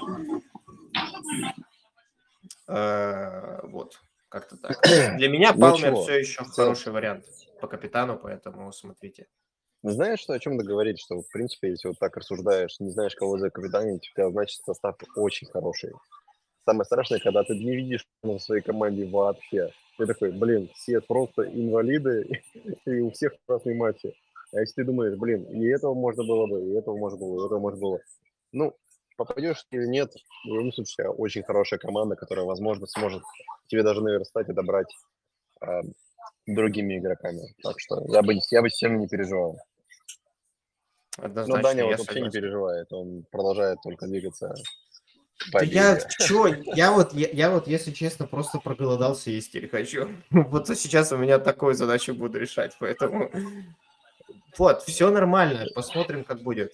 A: Вот, как-то так. Для меня
B: Ну
A: Палмер
B: чего?
A: все еще
B: Всё.
A: хороший вариант по капитану, поэтому смотрите.
B: Ну, знаешь, что, о чем ты говоришь, что, в принципе, если вот так рассуждаешь, не знаешь, кого за капитанить, у тебя, значит, состав очень хороший. Самое страшное, когда ты не видишь в своей команде вообще. Ты такой, блин, все просто инвалиды, и у всех красные матчи. А если ты думаешь, блин, и этого можно было бы, и этого можно было, и этого можно было. Ну, попадешь или нет, в любом случае, у тебя очень хорошая команда, которая, возможно, сможет тебе даже наверстать и добрать а, другими игроками. Так что я бы, я бы сильно не переживал. Но
A: Однозначно,
B: Даня
A: я
B: вот вообще не
A: согласен.
B: переживает, он продолжает только двигаться по
A: Да я
B: победе.
A: чё, я вот, я, я вот, если честно, просто проголодался, есть теперь хочу. Вот сейчас у меня такую задачу буду решать, поэтому... Вот, все нормально, посмотрим, как будет.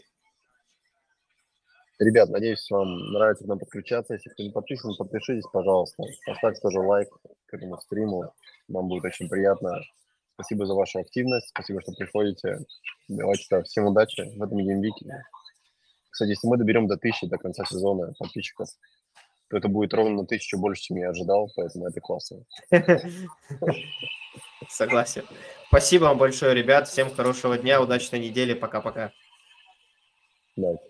B: Ребят, надеюсь, вам нравится к нам подключаться. Если кто не подписан, подпишитесь, пожалуйста. Поставьте тоже лайк к этому стриму. Нам будет очень приятно. Спасибо за вашу активность. Спасибо, что приходите. Давайте так, всем удачи в этом геймвике. Кстати, если мы доберем до тысячи до конца сезона подписчиков, то это будет ровно на тысячу больше, чем я ожидал, поэтому это классно.
A: Согласен. Спасибо вам большое, ребят. Всем хорошего дня, удачной недели. Пока-пока.
B: Да.